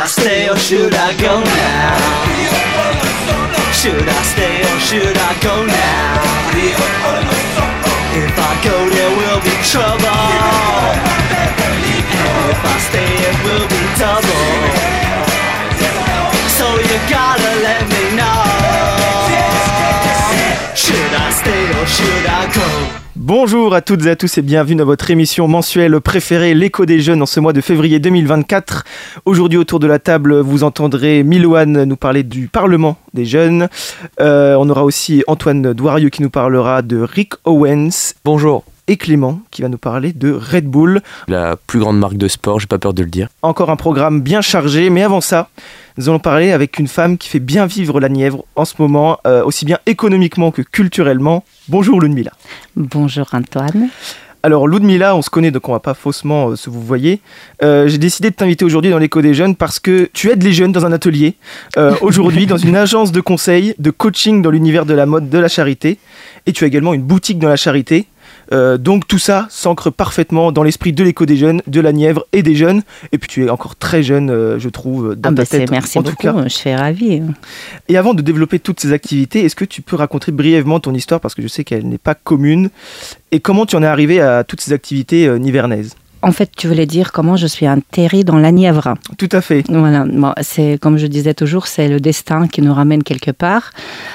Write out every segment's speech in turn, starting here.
stay or should I go now? Should I stay or should I go now? If I go there will be trouble. And if I stay it will be double. So you gotta let me know. Should I stay or should I go? Bonjour à toutes et à tous et bienvenue dans votre émission mensuelle préférée, l'écho des jeunes en ce mois de février 2024. Aujourd'hui autour de la table, vous entendrez Milouane nous parler du Parlement des jeunes. On aura aussi Antoine Douarieux qui nous parlera de Rick Owens. Bonjour. Et Clément qui va nous parler de Red Bull. La plus grande marque de sport, j'ai pas peur de le dire. Encore un programme bien chargé, mais avant ça, nous allons parler avec une femme qui fait bien vivre la Nièvre en ce moment, aussi bien économiquement que culturellement. Bonjour Ludmila. Bonjour Antoine. Alors Ludmila, on se connaît donc on va pas faussement se vous voyez. J'ai décidé de t'inviter aujourd'hui dans l'écho des jeunes parce que tu aides les jeunes dans un atelier, aujourd'hui dans une agence de conseil, de coaching dans l'univers de la mode, de la charité, et tu as également une boutique dans la charité. Donc tout ça s'ancre parfaitement dans l'esprit de l'écho des jeunes, de la Nièvre et des jeunes. Et puis tu es encore très jeune, je trouve, dans ta tête. Merci beaucoup, je suis ravie. Et avant de développer toutes ces activités, est-ce que tu peux raconter brièvement ton histoire, parce que je sais qu'elle n'est pas commune, et comment tu en es arrivé à toutes ces activités nivernaises? En fait, tu voulais dire comment je suis atterrie dans la Nièvre. Tout à fait. Voilà, bon, c'est comme je disais toujours, c'est le destin qui nous ramène quelque part.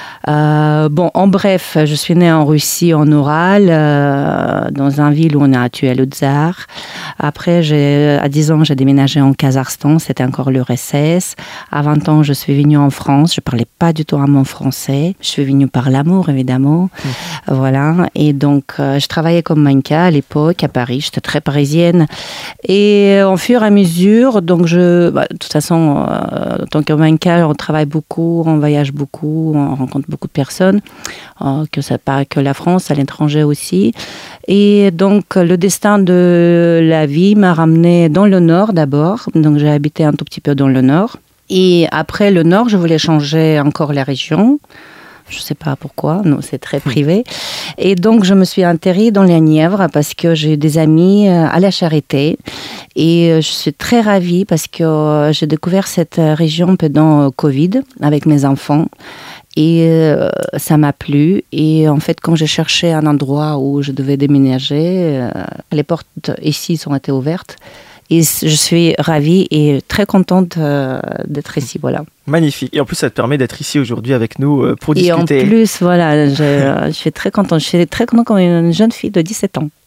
En bref, je suis née en Russie, en Oural, dans une ville où on est actué à Lutzar. Après, à 10 ans, j'ai déménagé en Kazakhstan, c'était encore l'URSS. À 20 ans, je suis venue en France, je parlais pas du tout un mot français. Je suis venue par l'amour, évidemment. Voilà, et donc, je travaillais comme mannequin à l'époque, à Paris, j'étais très parisienne. Et au fur et à mesure, donc de toute façon, en tant que mannequin, on travaille beaucoup, on voyage beaucoup, on rencontre beaucoup de personnes, que c'est pas que la France, à l'étranger aussi. Et donc, le destin de la vie m'a ramenée dans le Nord d'abord. Donc, j'ai habité un tout petit peu dans le Nord. Et après le Nord, je voulais changer encore la région. Je ne sais pas pourquoi, non, c'est très privé. Et donc, je me suis atterrie dans la Nièvre parce que j'ai des amis à la Charité. Et je suis très ravie parce que j'ai découvert cette région pendant Covid avec mes enfants. Et ça m'a plu. Et en fait, quand j'ai cherché un endroit où je devais déménager, les portes ici ont été ouvertes. Et je suis ravie et très contente d'être ici, voilà. Magnifique. Et en plus, ça te permet d'être ici aujourd'hui avec nous pour discuter. Et en plus, voilà, je suis très contente. Je suis très contente comme une jeune fille de 17 ans.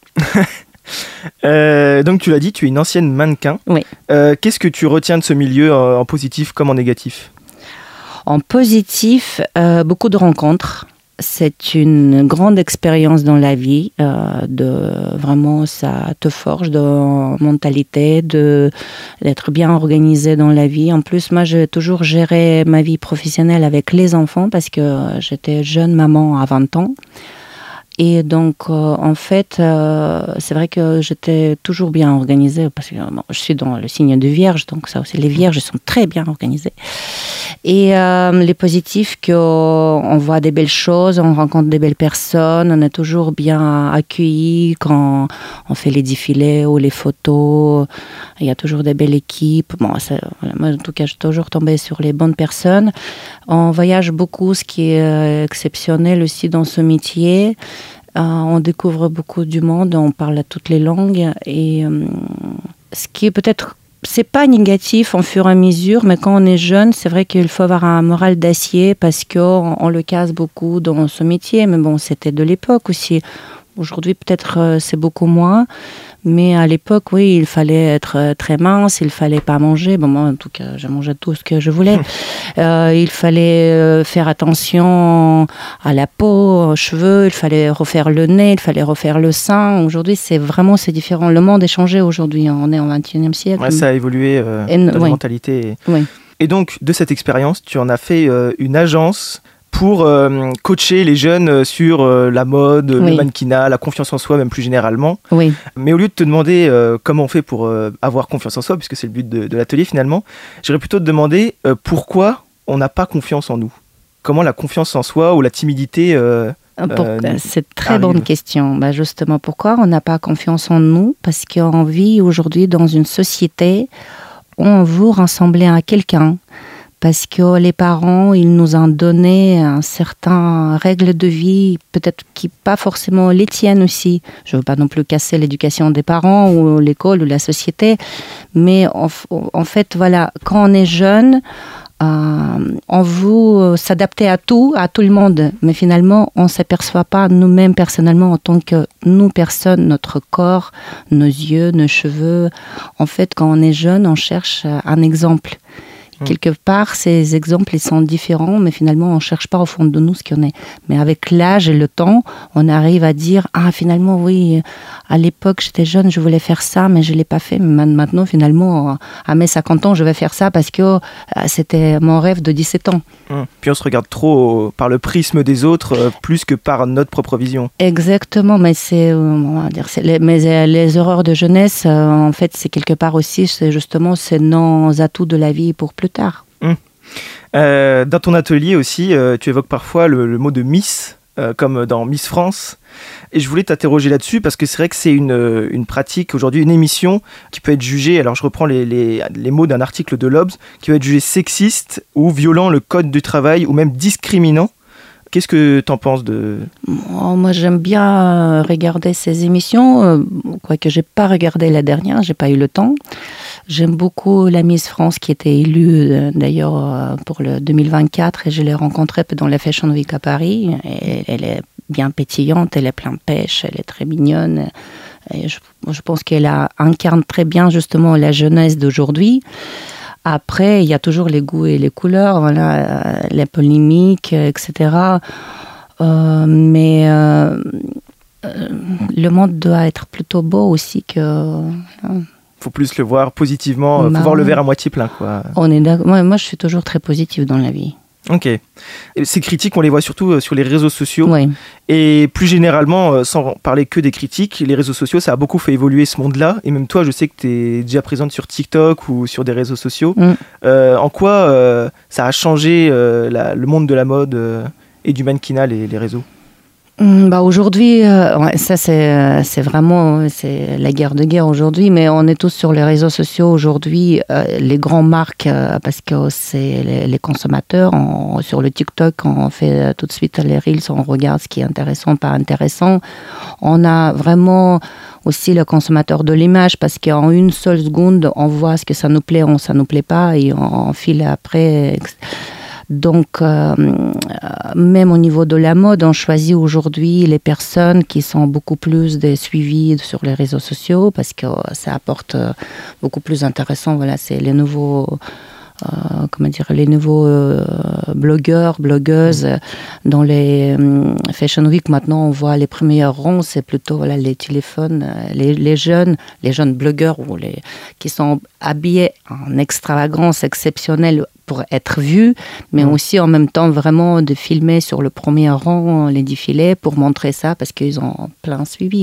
Donc tu l'as dit, tu es une ancienne mannequin. Oui. Qu'est-ce que tu retiens de ce milieu en positif comme en négatif? En positif, beaucoup de rencontres. C'est une grande expérience dans la vie. Vraiment, ça te forge de mentalité, d'être bien organisé dans la vie. En plus, moi, j'ai toujours géré ma vie professionnelle avec les enfants parce que j'étais jeune maman à 20 ans. Et donc, en fait, c'est vrai que j'étais toujours bien organisée parce que je suis dans le signe de Vierge, donc ça aussi, les Vierges sont très bien organisées. Et les positifs, qu'on voit des belles choses, on rencontre des belles personnes, on est toujours bien accueillis quand on fait les défilés ou les photos. Il y a toujours des belles équipes. Bon, moi, en tout cas, je suis toujours tombée sur les bonnes personnes. On voyage beaucoup, ce qui est exceptionnel aussi dans ce métier. On découvre beaucoup du monde, on parle toutes les langues. Et ce qui est peut-être, c'est pas négatif en fur et à mesure, mais quand on est jeune, c'est vrai qu'il faut avoir un moral d'acier parce qu'on le casse beaucoup dans ce métier. Mais bon, c'était de l'époque aussi. Aujourd'hui, peut-être c'est beaucoup moins. Mais à l'époque, oui, il fallait être très mince, il fallait pas manger. Bon, moi, en tout cas, j'ai mangé tout ce que je voulais. Il fallait faire attention à la peau, aux cheveux, il fallait refaire le nez, il fallait refaire le sein. Aujourd'hui, c'est différent. Le monde est changé aujourd'hui. On est au XXIe siècle. Ouais, ça a évolué dans la mentalité. Oui. Et donc, de cette expérience, tu en as fait une agence pour coacher les jeunes sur la mode, le mannequinat, la confiance en soi, même plus généralement. Oui. Mais au lieu de te demander comment on fait pour avoir confiance en soi, puisque c'est le but de l'atelier finalement, j'aimerais plutôt te demander pourquoi on n'a pas confiance en nous. Comment la confiance en soi ou la timidité c'est une très bonne question. Justement, pourquoi on n'a pas confiance en nous? Parce qu'on vit aujourd'hui dans une société on veut ressembler à quelqu'un. Parce que les parents, ils nous ont donné un certain règle de vie, peut-être qui pas forcément les tiennes aussi. Je ne veux pas non plus casser l'éducation des parents ou l'école ou la société, mais en fait, voilà, quand on est jeune, on veut s'adapter à tout le monde, mais finalement, on ne s'aperçoit pas nous-mêmes personnellement en tant que nous, personnes, notre corps, nos yeux, nos cheveux. En fait, quand on est jeune, on cherche un exemple. Quelque part, ces exemples, ils sont différents, mais finalement, on ne cherche pas au fond de nous ce qu'on est. Mais avec l'âge et le temps, on arrive à dire « Ah, finalement, oui, à l'époque, j'étais jeune, je voulais faire ça, mais je ne l'ai pas fait. Mais maintenant, finalement, à mes 50 ans, je vais faire ça parce que c'était mon rêve de 17 ans. » Puis on se regarde trop par le prisme des autres, plus que par notre propre vision. Exactement, mais on va dire, les erreurs de jeunesse, en fait, c'est quelque part aussi, c'est nos atouts de la vie pour plus tard. Dans ton atelier aussi, tu évoques parfois le mot de Miss, comme dans Miss France. Et je voulais t'interroger là-dessus parce que c'est vrai que c'est une pratique aujourd'hui, une émission qui peut être jugée, alors je reprends les mots d'un article de l'Obs, qui peut être jugée sexiste ou violant le code du travail ou même discriminant. Qu'est-ce que tu en penses de... Moi, j'aime bien regarder ces émissions, quoique je n'ai pas regardé la dernière, je n'ai pas eu le temps. J'aime beaucoup la Miss France qui était élue d'ailleurs pour le 2024 et je l'ai rencontrée dans la Fashion Week à Paris. Et elle est bien pétillante, elle est pleine de pêche, elle est très mignonne. Et je pense qu'elle incarne très bien justement la jeunesse d'aujourd'hui. Après, il y a toujours les goûts et les couleurs, voilà, les polémiques, etc. Mais le monde doit être plutôt beau aussi que... Faut plus le voir positivement, faut voir le verre à moitié plein, quoi. On est d'accord. Moi, je suis toujours très positive dans la vie. Ok. Et ces critiques, on les voit surtout sur les réseaux sociaux. Oui. Et plus généralement, sans parler que des critiques, les réseaux sociaux, ça a beaucoup fait évoluer ce monde-là. Et même toi, je sais que tu es déjà présente sur TikTok ou sur des réseaux sociaux. En quoi ça a changé le monde de la mode et du mannequinat, les réseaux ? Aujourd'hui, ça c'est vraiment la guerre de guerre aujourd'hui, mais on est tous sur les réseaux sociaux aujourd'hui, les grandes marques, parce que c'est les consommateurs, sur le TikTok, on fait tout de suite les reels, on regarde ce qui est intéressant, pas intéressant. On a vraiment aussi le consommateur de l'image, parce qu'en une seule seconde, on voit ce que ça nous plaît, ça nous plaît pas, et on file après... Donc, même au niveau de la mode, on choisit aujourd'hui les personnes qui sont beaucoup plus des suivis sur les réseaux sociaux parce que ça apporte beaucoup plus intéressant. Voilà, c'est les nouveaux... les nouveaux blogueurs, blogueuses. Dans les Fashion Week, maintenant, on voit les premiers rangs, c'est plutôt les téléphones, les jeunes blogueurs qui sont habillés en extravagance exceptionnelle pour être vus, mais aussi en même temps vraiment de filmer sur le premier rang les défilés pour montrer ça parce qu'ils ont plein suivi.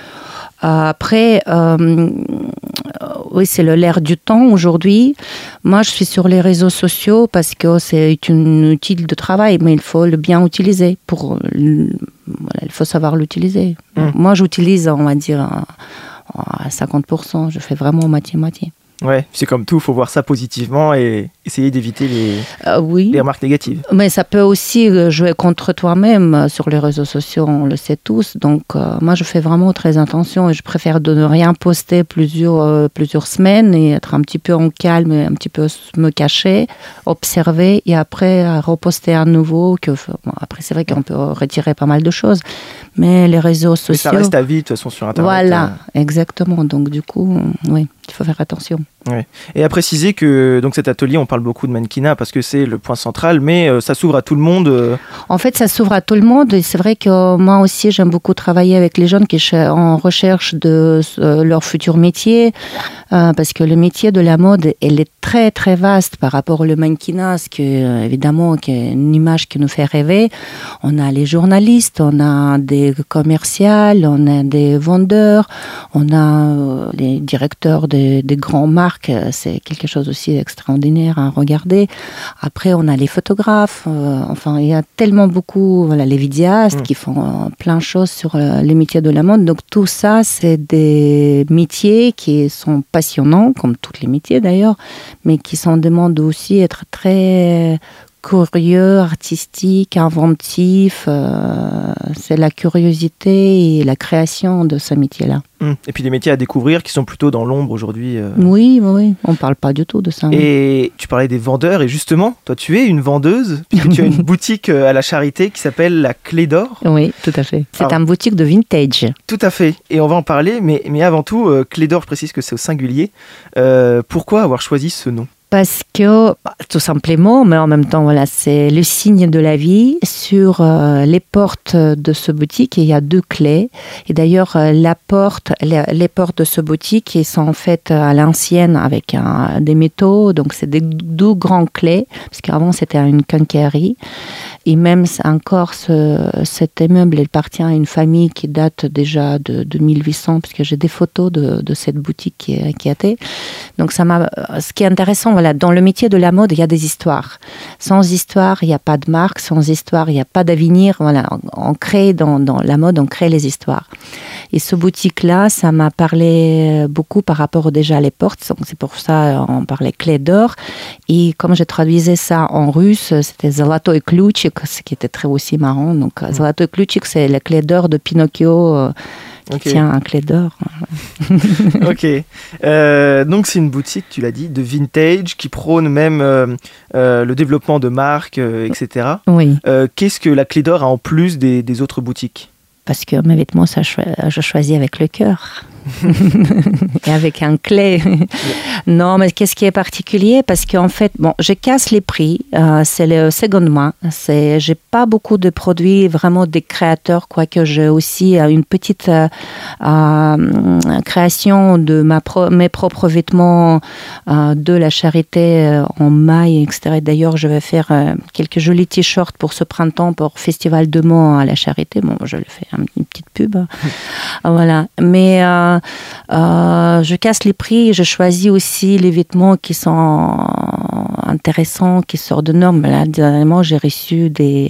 Après, oui, c'est l'air du temps aujourd'hui. Moi, je suis sur les réseaux sociaux parce que c'est un outil de travail, mais il faut le bien utiliser. Il faut savoir l'utiliser. Moi, j'utilise, on va dire, à 50%. Je fais vraiment moitié-moitié. Ouais, c'est comme tout, il faut voir ça positivement et essayer d'éviter les remarques négatives. Mais ça peut aussi jouer contre toi-même sur les réseaux sociaux, on le sait tous. Donc moi, je fais vraiment très attention et je préfère de ne rien poster plusieurs semaines et être un petit peu en calme, et un petit peu me cacher, observer et après reposter à nouveau. Après, c'est vrai qu'on peut retirer pas mal de choses, mais les réseaux sociaux... Mais ça reste à vie, de toute façon, sur Internet. Voilà, exactement. Donc du coup, oui, il faut faire attention. Ouais. Et à préciser que donc cet atelier, on parle beaucoup de mannequinat parce que c'est le point central, mais ça s'ouvre à tout le monde. En fait, ça s'ouvre à tout le monde. Et c'est vrai que moi aussi, j'aime beaucoup travailler avec les jeunes qui sont en recherche de leur futur métier, parce que le métier de la mode, elle est très très vaste par rapport au mannequinat, ce que évidemment, qui est une image qui nous fait rêver. On a les journalistes, on a des commerciales, on a des vendeurs, on a les directeurs des grandes marques marque, c'est quelque chose aussi d'extraordinaire à regarder. Après, on a les photographes, enfin, il y a tellement beaucoup, voilà, les vidéastes qui font plein de choses sur les métiers de la mode. Donc, tout ça, c'est des métiers qui sont passionnants, comme tous les métiers d'ailleurs, mais qui s'en demandent aussi être très curieux, artistique, inventif. C'est la curiosité et la création de ce métier-là. Et puis des métiers à découvrir qui sont plutôt dans l'ombre aujourd'hui. Oui, on ne parle pas du tout de ça. Et tu parlais des vendeurs, et justement, toi tu es une vendeuse, puisque tu as une boutique à la Charité qui s'appelle la Clé d'Or. Oui, tout à fait. C'est une boutique de vintage. Tout à fait, et on va en parler, mais avant tout, Clé d'Or, je précise que c'est au singulier. Pourquoi avoir choisi ce nom ? Parce que, tout simplement, mais en même temps, voilà, c'est le signe de la vie. Sur les portes de ce boutique, il y a 2 clés. Et d'ailleurs, les portes de ce boutique, ils sont en fait à l'ancienne avec des métaux. Donc, c'est des 2 grandes clés, parce qu'avant, c'était une quincaillerie. Et même encore, cet immeuble, il appartient à une famille qui date déjà de 1800, parce que j'ai des photos de cette boutique qui était. Donc, ce qui est intéressant, voilà, dans le métier de la mode, il y a des histoires. Sans histoire, il n'y a pas de marque. Sans histoire, il n'y a pas d'avenir. Voilà, on crée dans la mode, on crée les histoires. Et ce boutique-là, ça m'a parlé beaucoup par rapport déjà à les portes. Donc, c'est pour ça on parlait Clé d'Or. Et comme je traduisais ça en russe, c'était Zolotoy Ключик, ce qui était très aussi marrant. Donc, Zolotoy Ключик, c'est la clé d'or de Pinocchio. Qui tient un clé d'or. Ok. Donc c'est une boutique, tu l'as dit, de vintage, qui prône même le développement de marques, etc. Oui. Qu'est-ce que la Clé d'Or a en plus des autres boutiques ? Parce que mes vêtements, je choisis avec le cœur. Et avec un clé. Non, mais qu'est-ce qui est particulier? Parce qu'en fait, je casse les prix. C'est le second main. J'ai pas beaucoup de produits vraiment des créateurs, quoique j'ai aussi une petite création de mes propres vêtements de la Charité en maille, etc. D'ailleurs, je vais faire quelques jolis t-shirts pour ce printemps pour Festival de Mans à la Charité. Bon, je le fais une petite pub. Voilà. Mais je casse les prix, je choisis aussi les vêtements qui sont intéressants, qui sortent de normes. Là, dernièrement, j'ai reçu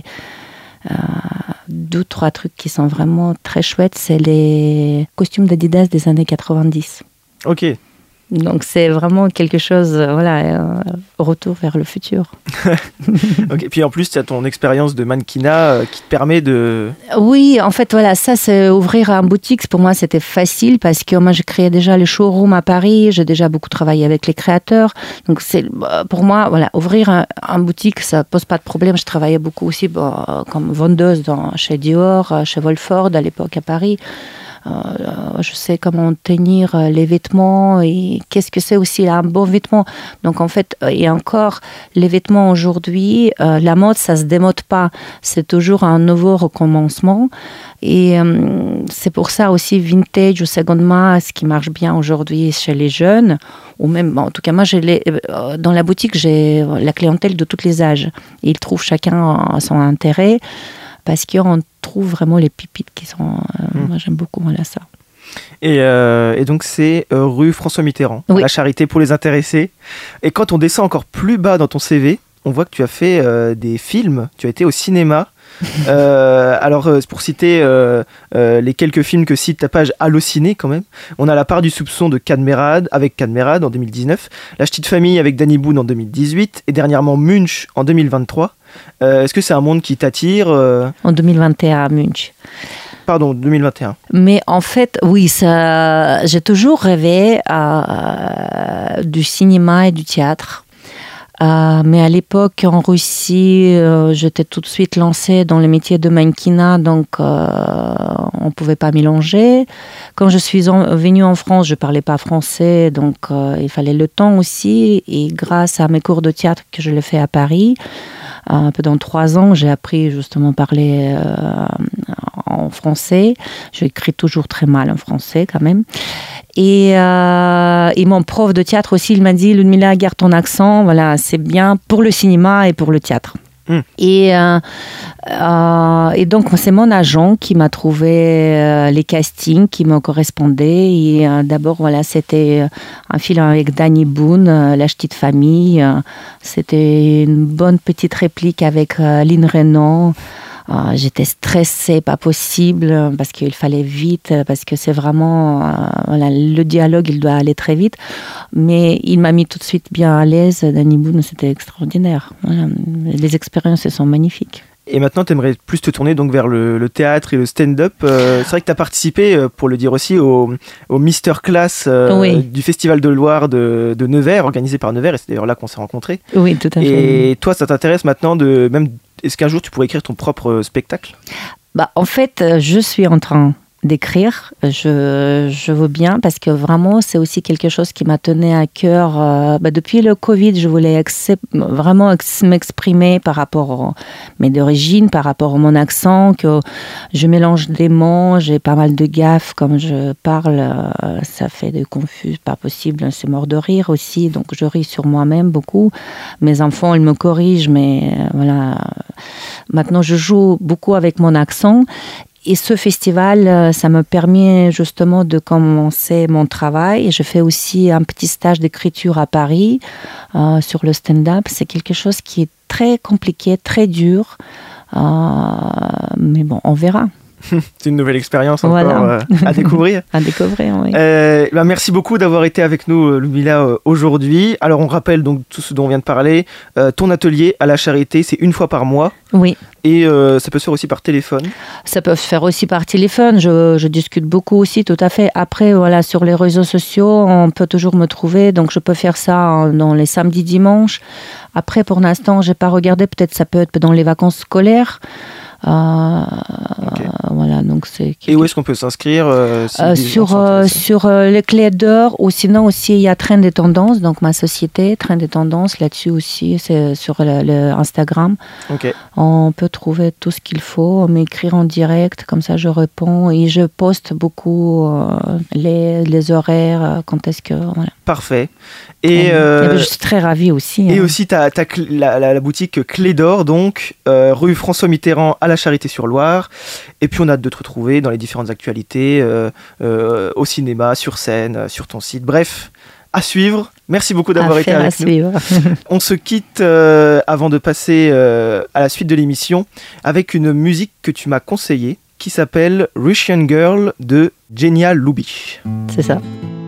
2-3 trucs qui sont vraiment très chouettes. C'est les costumes d'Adidas des années 90. Ok. Donc c'est vraiment quelque chose, retour vers le futur. Okay. Puis en plus, tu as ton expérience de mannequinat qui te permet de... Oui, en fait, voilà, ça c'est ouvrir un boutique. Pour moi, c'était facile parce que moi, j'ai créé déjà le showroom à Paris. J'ai déjà beaucoup travaillé avec les créateurs. Donc pour moi, voilà, ouvrir un boutique, ça pose pas de problème. Je travaillais beaucoup aussi comme vendeuse chez Dior, chez Wolford à l'époque à Paris. Je sais comment tenir les vêtements et qu'est-ce que c'est aussi un bon vêtement. Donc en fait, et encore, les vêtements aujourd'hui, la mode, ça se démode pas. C'est toujours un nouveau recommencement. Et c'est pour ça aussi vintage ou seconde main, ce qui marche bien aujourd'hui chez les jeunes, ou même, en tout cas moi, dans la boutique, j'ai la clientèle de tous les âges. Et ils trouvent chacun son intérêt. Parce qu'on trouve vraiment les pépites qui sont... Moi, j'aime beaucoup ça. Et donc, c'est rue François Mitterrand, oui. La Charité, pour les intéressés. Et quand on descend encore plus bas dans ton CV, on voit que tu as fait des films, tu as été au cinéma. Alors, pour citer les quelques films que cite ta page Allociné, quand même, on a La part du soupçon de Cadmerade, avec Cadmerade en 2019, La Ch'tite Famille avec Danny Boone en 2018, et dernièrement Munch en 2023. Est-ce que c'est un monde qui t'attire En 2021 à Munch. Pardon, 2021. Mais en fait, oui, j'ai toujours rêvé du cinéma et du théâtre. Mais à l'époque, en Russie, j'étais tout de suite lancée dans le métier de mannequinat, donc on ne pouvait pas mélanger. Quand je suis venue en France, je ne parlais pas français, donc il fallait le temps aussi. Et grâce à mes cours de théâtre que je l'ai fait à Paris, pendant 3 ans, j'ai appris justement à parler en français. J'écris toujours très mal en français quand même. Et mon prof de théâtre aussi, il m'a dit, Ludmila, garde ton accent, voilà, c'est bien pour le cinéma et pour le théâtre. Et donc, c'est mon agent qui m'a trouvé les castings qui me correspondaient. Et d'abord, voilà, c'était un film avec Danny Boone, La Petite Famille. C'était une bonne petite réplique avec Lynn Renault. J'étais stressée, pas possible, parce qu'il fallait vite, parce que c'est vraiment... voilà, le dialogue, il doit aller très vite. Mais il m'a mis tout de suite bien à l'aise. Danny Boone, c'était extraordinaire. Voilà. Les expériences, elles sont magnifiques. Et maintenant, tu aimerais plus te tourner donc vers le théâtre et le stand-up. C'est vrai que tu as participé, pour le dire aussi, au Masterclass du Festival de Loire de Nevers, organisé par Nevers, et c'est d'ailleurs là qu'on s'est rencontrés. Oui, tout à fait. Et toi, ça t'intéresse maintenant est-ce qu'un jour tu pourrais écrire ton propre spectacle ? En fait, je suis en train d'écrire. Je veux bien, parce que vraiment, c'est aussi quelque chose qui m'a tenu à cœur. Depuis le Covid, je voulais vraiment m'exprimer par rapport à mes origines, par rapport à mon accent, que je mélange des mots, j'ai pas mal de gaffes, comme je parle, ça fait de confus, pas possible, c'est mort de rire aussi, donc je ris sur moi-même beaucoup. Mes enfants, ils me corrigent, mais voilà. Maintenant, je joue beaucoup avec mon accent. Et ce festival, ça me permet justement de commencer mon travail. Je fais aussi un petit stage d'écriture à Paris sur le stand-up. C'est quelque chose qui est très compliqué, très dur. Mais bon, on verra. C'est une nouvelle expérience encore à découvrir. À découvrir, oui. Merci beaucoup d'avoir été avec nous, Ludmila, aujourd'hui. Alors, on rappelle donc tout ce dont on vient de parler. Ton atelier à la Charité, c'est une fois par mois. Oui. Et ça peut se faire aussi par téléphone. Ça peut se faire aussi par téléphone. Je discute beaucoup aussi, tout à fait. Après, voilà, sur les réseaux sociaux, on peut toujours me trouver. Donc, je peux faire ça dans les samedis, dimanches. Après, pour l'instant, j'ai pas regardé. Peut-être ça peut être dans les vacances scolaires. Voilà, donc c'est... Et où est-ce qu'on peut s'inscrire sur les Clés d'Or, ou sinon aussi il y a Train des Tendances, donc ma société Train des Tendances, là-dessus aussi, c'est sur le Instagram. On peut trouver tout ce qu'il faut, m'écrire en direct, comme ça je réponds, et je poste beaucoup les horaires, quand est-ce que... Voilà. Parfait. Et je suis très ravie aussi. Et aussi t'as la boutique Clés d'Or, donc rue François Mitterrand à la Charité-sur-Loire. Et puis on a hâte de te retrouver dans les différentes actualités, au cinéma, sur scène, sur ton site. Bref, à suivre. Merci beaucoup d'avoir été avec nous. On se quitte avant de passer à la suite de l'émission avec une musique que tu m'as conseillée qui s'appelle Russian Girl de Genia Lubich. C'est ça.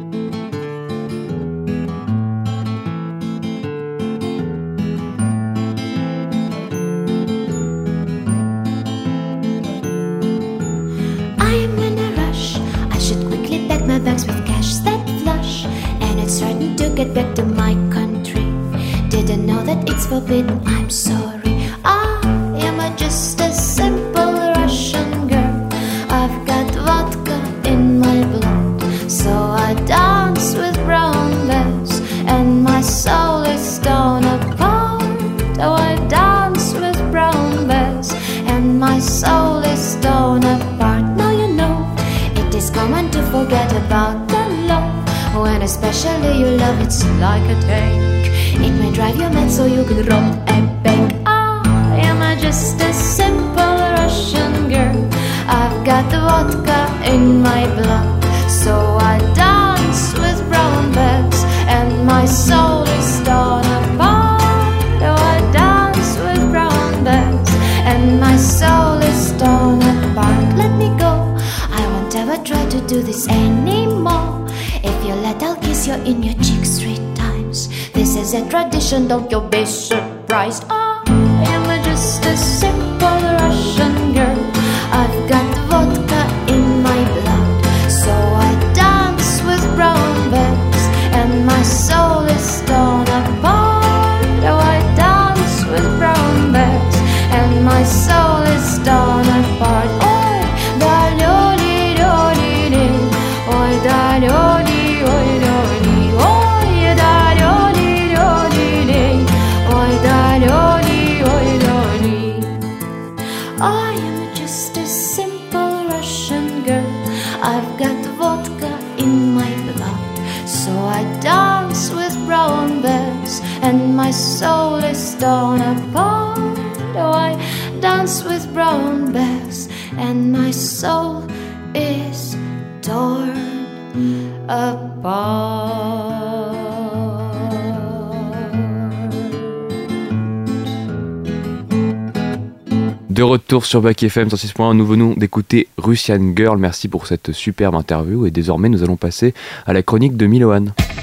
My bags with cash that flush, and it's starting to get back to my country. Didn't know that it's forbidden, I'm sorry. I am just a simple Russian girl. I've got vodka in my blood, so I dance with brown bags, and my soul is torn apart. Oh, I dance with brown bags, and my soul is torn apart. Now you know it is common to forget about the love, when especially you love, it's like a tank. It may drive you mad so you can rob a bank. I am just a simple Russian girl. I've got the vodka in my blood, so I dance with brown bags, and my soul is torn apart. Oh, I dance with brown bags, and my soul is torn apart. Let me go, I won't ever try to do this anymore. If you let, I'll kiss you in your cheeks 3 times. This is a tradition, don't you be surprised. I am just a simple Russian girl. I've got vodka in my blood, so I dance with brown bags, and my soul is torn apart. Oh, I dance with brown bags, and my soul is torn apart. Oi, da loli loli li, oi da loli oi loli, oi da loli loli li, oi da loli oi loli. Oi grown best, and my soul is torn apart. De retour sur Bac FM 106.1, nous venons d'écouter Russian Girl. Merci pour cette superbe interview et désormais nous allons passer à la chronique de Miloan.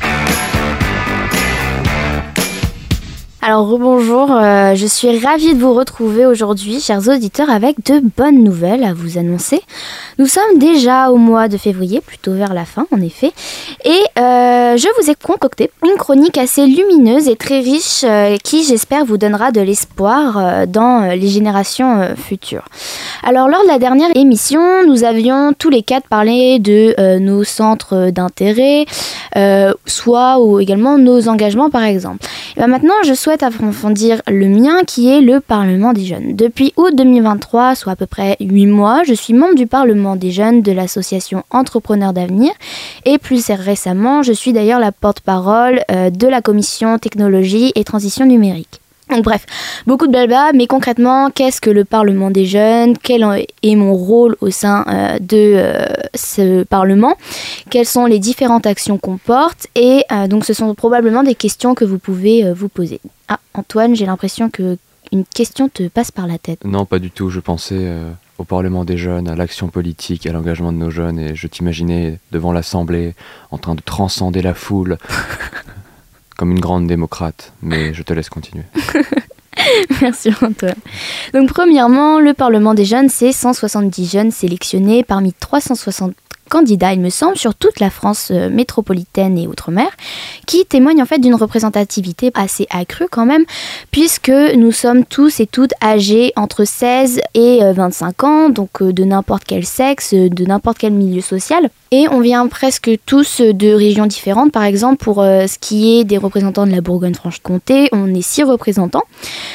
Alors rebonjour, je suis ravie de vous retrouver aujourd'hui, chers auditeurs, avec de bonnes nouvelles à vous annoncer. Nous sommes déjà au mois de février, plutôt vers la fin en effet, et je vous ai concocté une chronique assez lumineuse et très riche qui, j'espère, vous donnera de l'espoir dans les générations futures. Alors lors de la dernière émission, nous avions tous les quatre parlé de nos centres d'intérêt, soit ou également nos engagements par exemple. Et bien maintenant, je souhaite approfondir le mien qui est le Parlement des jeunes. Depuis août 2023, soit à peu près 8 mois, je suis membre du Parlement des jeunes de l'association Entrepreneurs d'avenir et plus récemment, je suis d'ailleurs la porte-parole de la commission technologie et transition numérique. Donc bref, beaucoup de blabla, mais concrètement, qu'est-ce que le Parlement des jeunes ? Quel est mon rôle au sein de ce Parlement ? Quelles sont les différentes actions qu'on porte ? Et donc ce sont probablement des questions que vous pouvez vous poser. Ah, Antoine, j'ai l'impression qu'une question te passe par la tête. Non, pas du tout, je pensais au Parlement des jeunes, à l'action politique, à l'engagement de nos jeunes, et je t'imaginais devant l'Assemblée, en train de transcender la foule, comme une grande démocrate, mais je te laisse continuer. Merci Antoine. Donc premièrement, le Parlement des jeunes, c'est 170 jeunes sélectionnés parmi 360 candidats, il me semble, sur toute la France métropolitaine et outre-mer, qui témoignent en fait d'une représentativité assez accrue quand même, puisque nous sommes tous et toutes âgés entre 16 et 25 ans, donc de n'importe quel sexe, de n'importe quel milieu social. Et on vient presque tous de régions différentes. Par exemple, pour ce qui est des représentants de la Bourgogne-Franche-Comté, on est 6 représentants.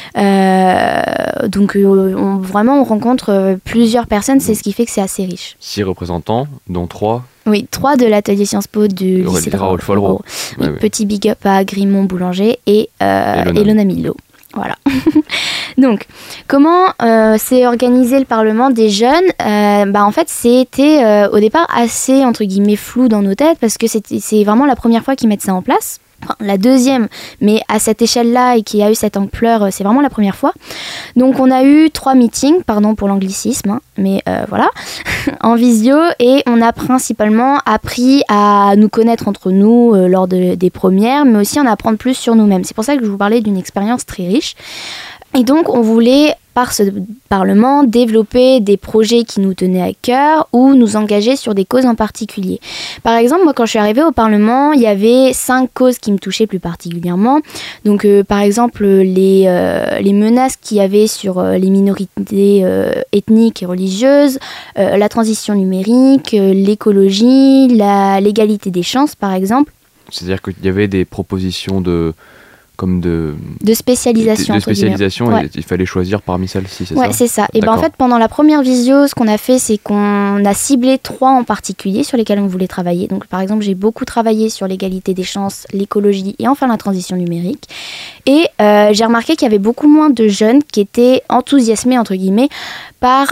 Donc vraiment, on rencontre plusieurs personnes, c'est ce qui fait que c'est assez riche. 6 représentants, dont 3. Oui, 3 de l'atelier Sciences Po du lycée de Raoul-Follereau. Oui, ouais. Petit big up à Grimont Boulanger et Elona Milo. Voilà. Donc, comment s'est organisé le Parlement des jeunes ? En fait, c'était au départ assez, entre guillemets, flou dans nos têtes parce que c'est vraiment la première fois qu'ils mettent ça en place. Enfin, la deuxième, mais à cette échelle-là et qui a eu cette ampleur, c'est vraiment la première fois. Donc on a eu 3 meetings, pardon pour l'anglicisme, hein, mais voilà, en visio, et on a principalement appris à nous connaître entre nous lors des premières, mais aussi en apprendre plus sur nous-mêmes. C'est pour ça que je vous parlais d'une expérience très riche. Et donc on voulait, par ce Parlement, développer des projets qui nous tenaient à cœur ou nous engager sur des causes en particulier. Par exemple, moi quand je suis arrivée au Parlement, il y avait 5 causes qui me touchaient plus particulièrement. Donc par exemple les menaces qu'il y avait sur les minorités ethniques et religieuses, la transition numérique, l'écologie, l'égalité des chances par exemple. C'est-à-dire qu'il y avait des propositions de spécialisation. De spécialisation, ouais. Et il fallait choisir parmi celles-ci, c'est ça ? Ouais, c'est ça. Et en fait, pendant la première visio, ce qu'on a fait, c'est qu'on a ciblé 3 en particulier sur lesquels on voulait travailler. Donc, par exemple, j'ai beaucoup travaillé sur l'égalité des chances, l'écologie et enfin la transition numérique. Et j'ai remarqué qu'il y avait beaucoup moins de jeunes qui étaient enthousiasmés, entre guillemets, par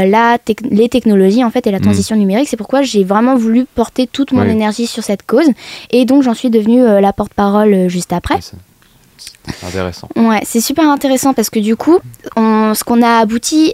les technologies en fait et la transition numérique. C'est pourquoi j'ai vraiment voulu porter toute mon énergie sur cette cause. Et donc, j'en suis devenue la porte-parole juste après. Ouais, c'est intéressant. Ouais, c'est super intéressant parce que du coup, ce qu'on a abouti,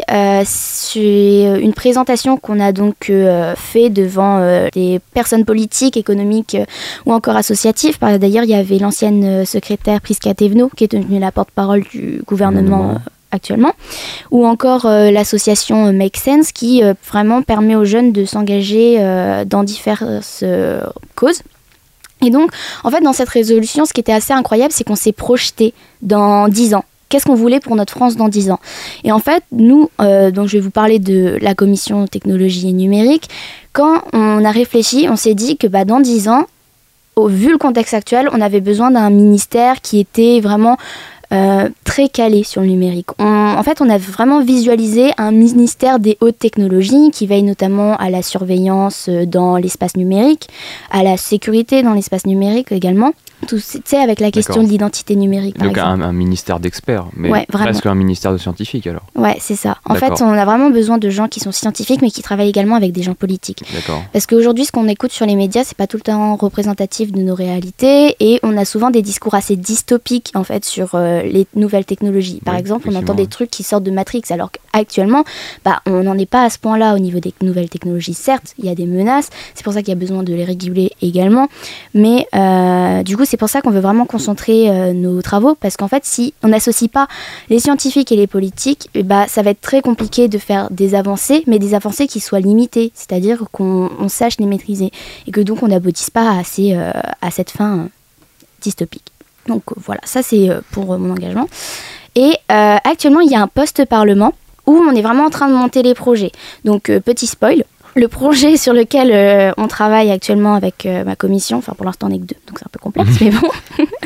c'est une présentation qu'on a donc fait devant des personnes politiques, économiques ou encore associatives. D'ailleurs, il y avait l'ancienne secrétaire Prisca Thévenot qui est devenue la porte-parole du gouvernement actuellement, ou encore l'association Make Sense qui vraiment permet aux jeunes de s'engager dans diverses causes. Et donc, en fait, dans cette résolution, ce qui était assez incroyable, c'est qu'on s'est projeté dans 10 ans. Qu'est-ce qu'on voulait pour notre France dans 10 ans ? Et en fait, nous, donc je vais vous parler de la commission technologie et numérique, quand on a réfléchi, on s'est dit que dans 10 ans, vu le contexte actuel, on avait besoin d'un ministère qui était vraiment très calé sur le numérique. En fait, on a vraiment visualisé un ministère des hautes technologies qui veille notamment à la surveillance dans l'espace numérique, à la sécurité dans l'espace numérique également. Tout, tu sais, avec la question de l'identité numérique, par exemple. Donc un ministère d'experts, mais presque un ministère de scientifiques alors. Ouais, c'est ça. En D'accord. fait, on a vraiment besoin de gens qui sont scientifiques, mais qui travaillent également avec des gens politiques. D'accord. Parce qu'aujourd'hui, ce qu'on écoute sur les médias, c'est pas tout le temps représentatif de nos réalités, et on a souvent des discours assez dystopiques en fait sur les nouvelles technologies. Par Oui, exemple, on entend effectivement, des ouais. trucs qui sortent de Matrix, alors qu'actuellement, on n'en est pas à ce point-là au niveau des nouvelles technologies. Certes, il y a des menaces, c'est pour ça qu'il y a besoin de les réguler également, mais du coup, c'est pour ça qu'on veut vraiment concentrer nos travaux, parce qu'en fait, si on n'associe pas les scientifiques et les politiques, ça va être très compliqué de faire des avancées, mais des avancées qui soient limitées, c'est-à-dire qu'on sache les maîtriser, et que donc on n'aboutisse pas à cette fin dystopique. Donc voilà, ça c'est pour mon engagement. Et actuellement, il y a un poste Parlement où on est vraiment en train de monter les projets. Donc petit spoil, le projet sur lequel on travaille actuellement avec ma commission, enfin pour l'instant on n'est que 2, donc c'est un peu complexe, mais bon,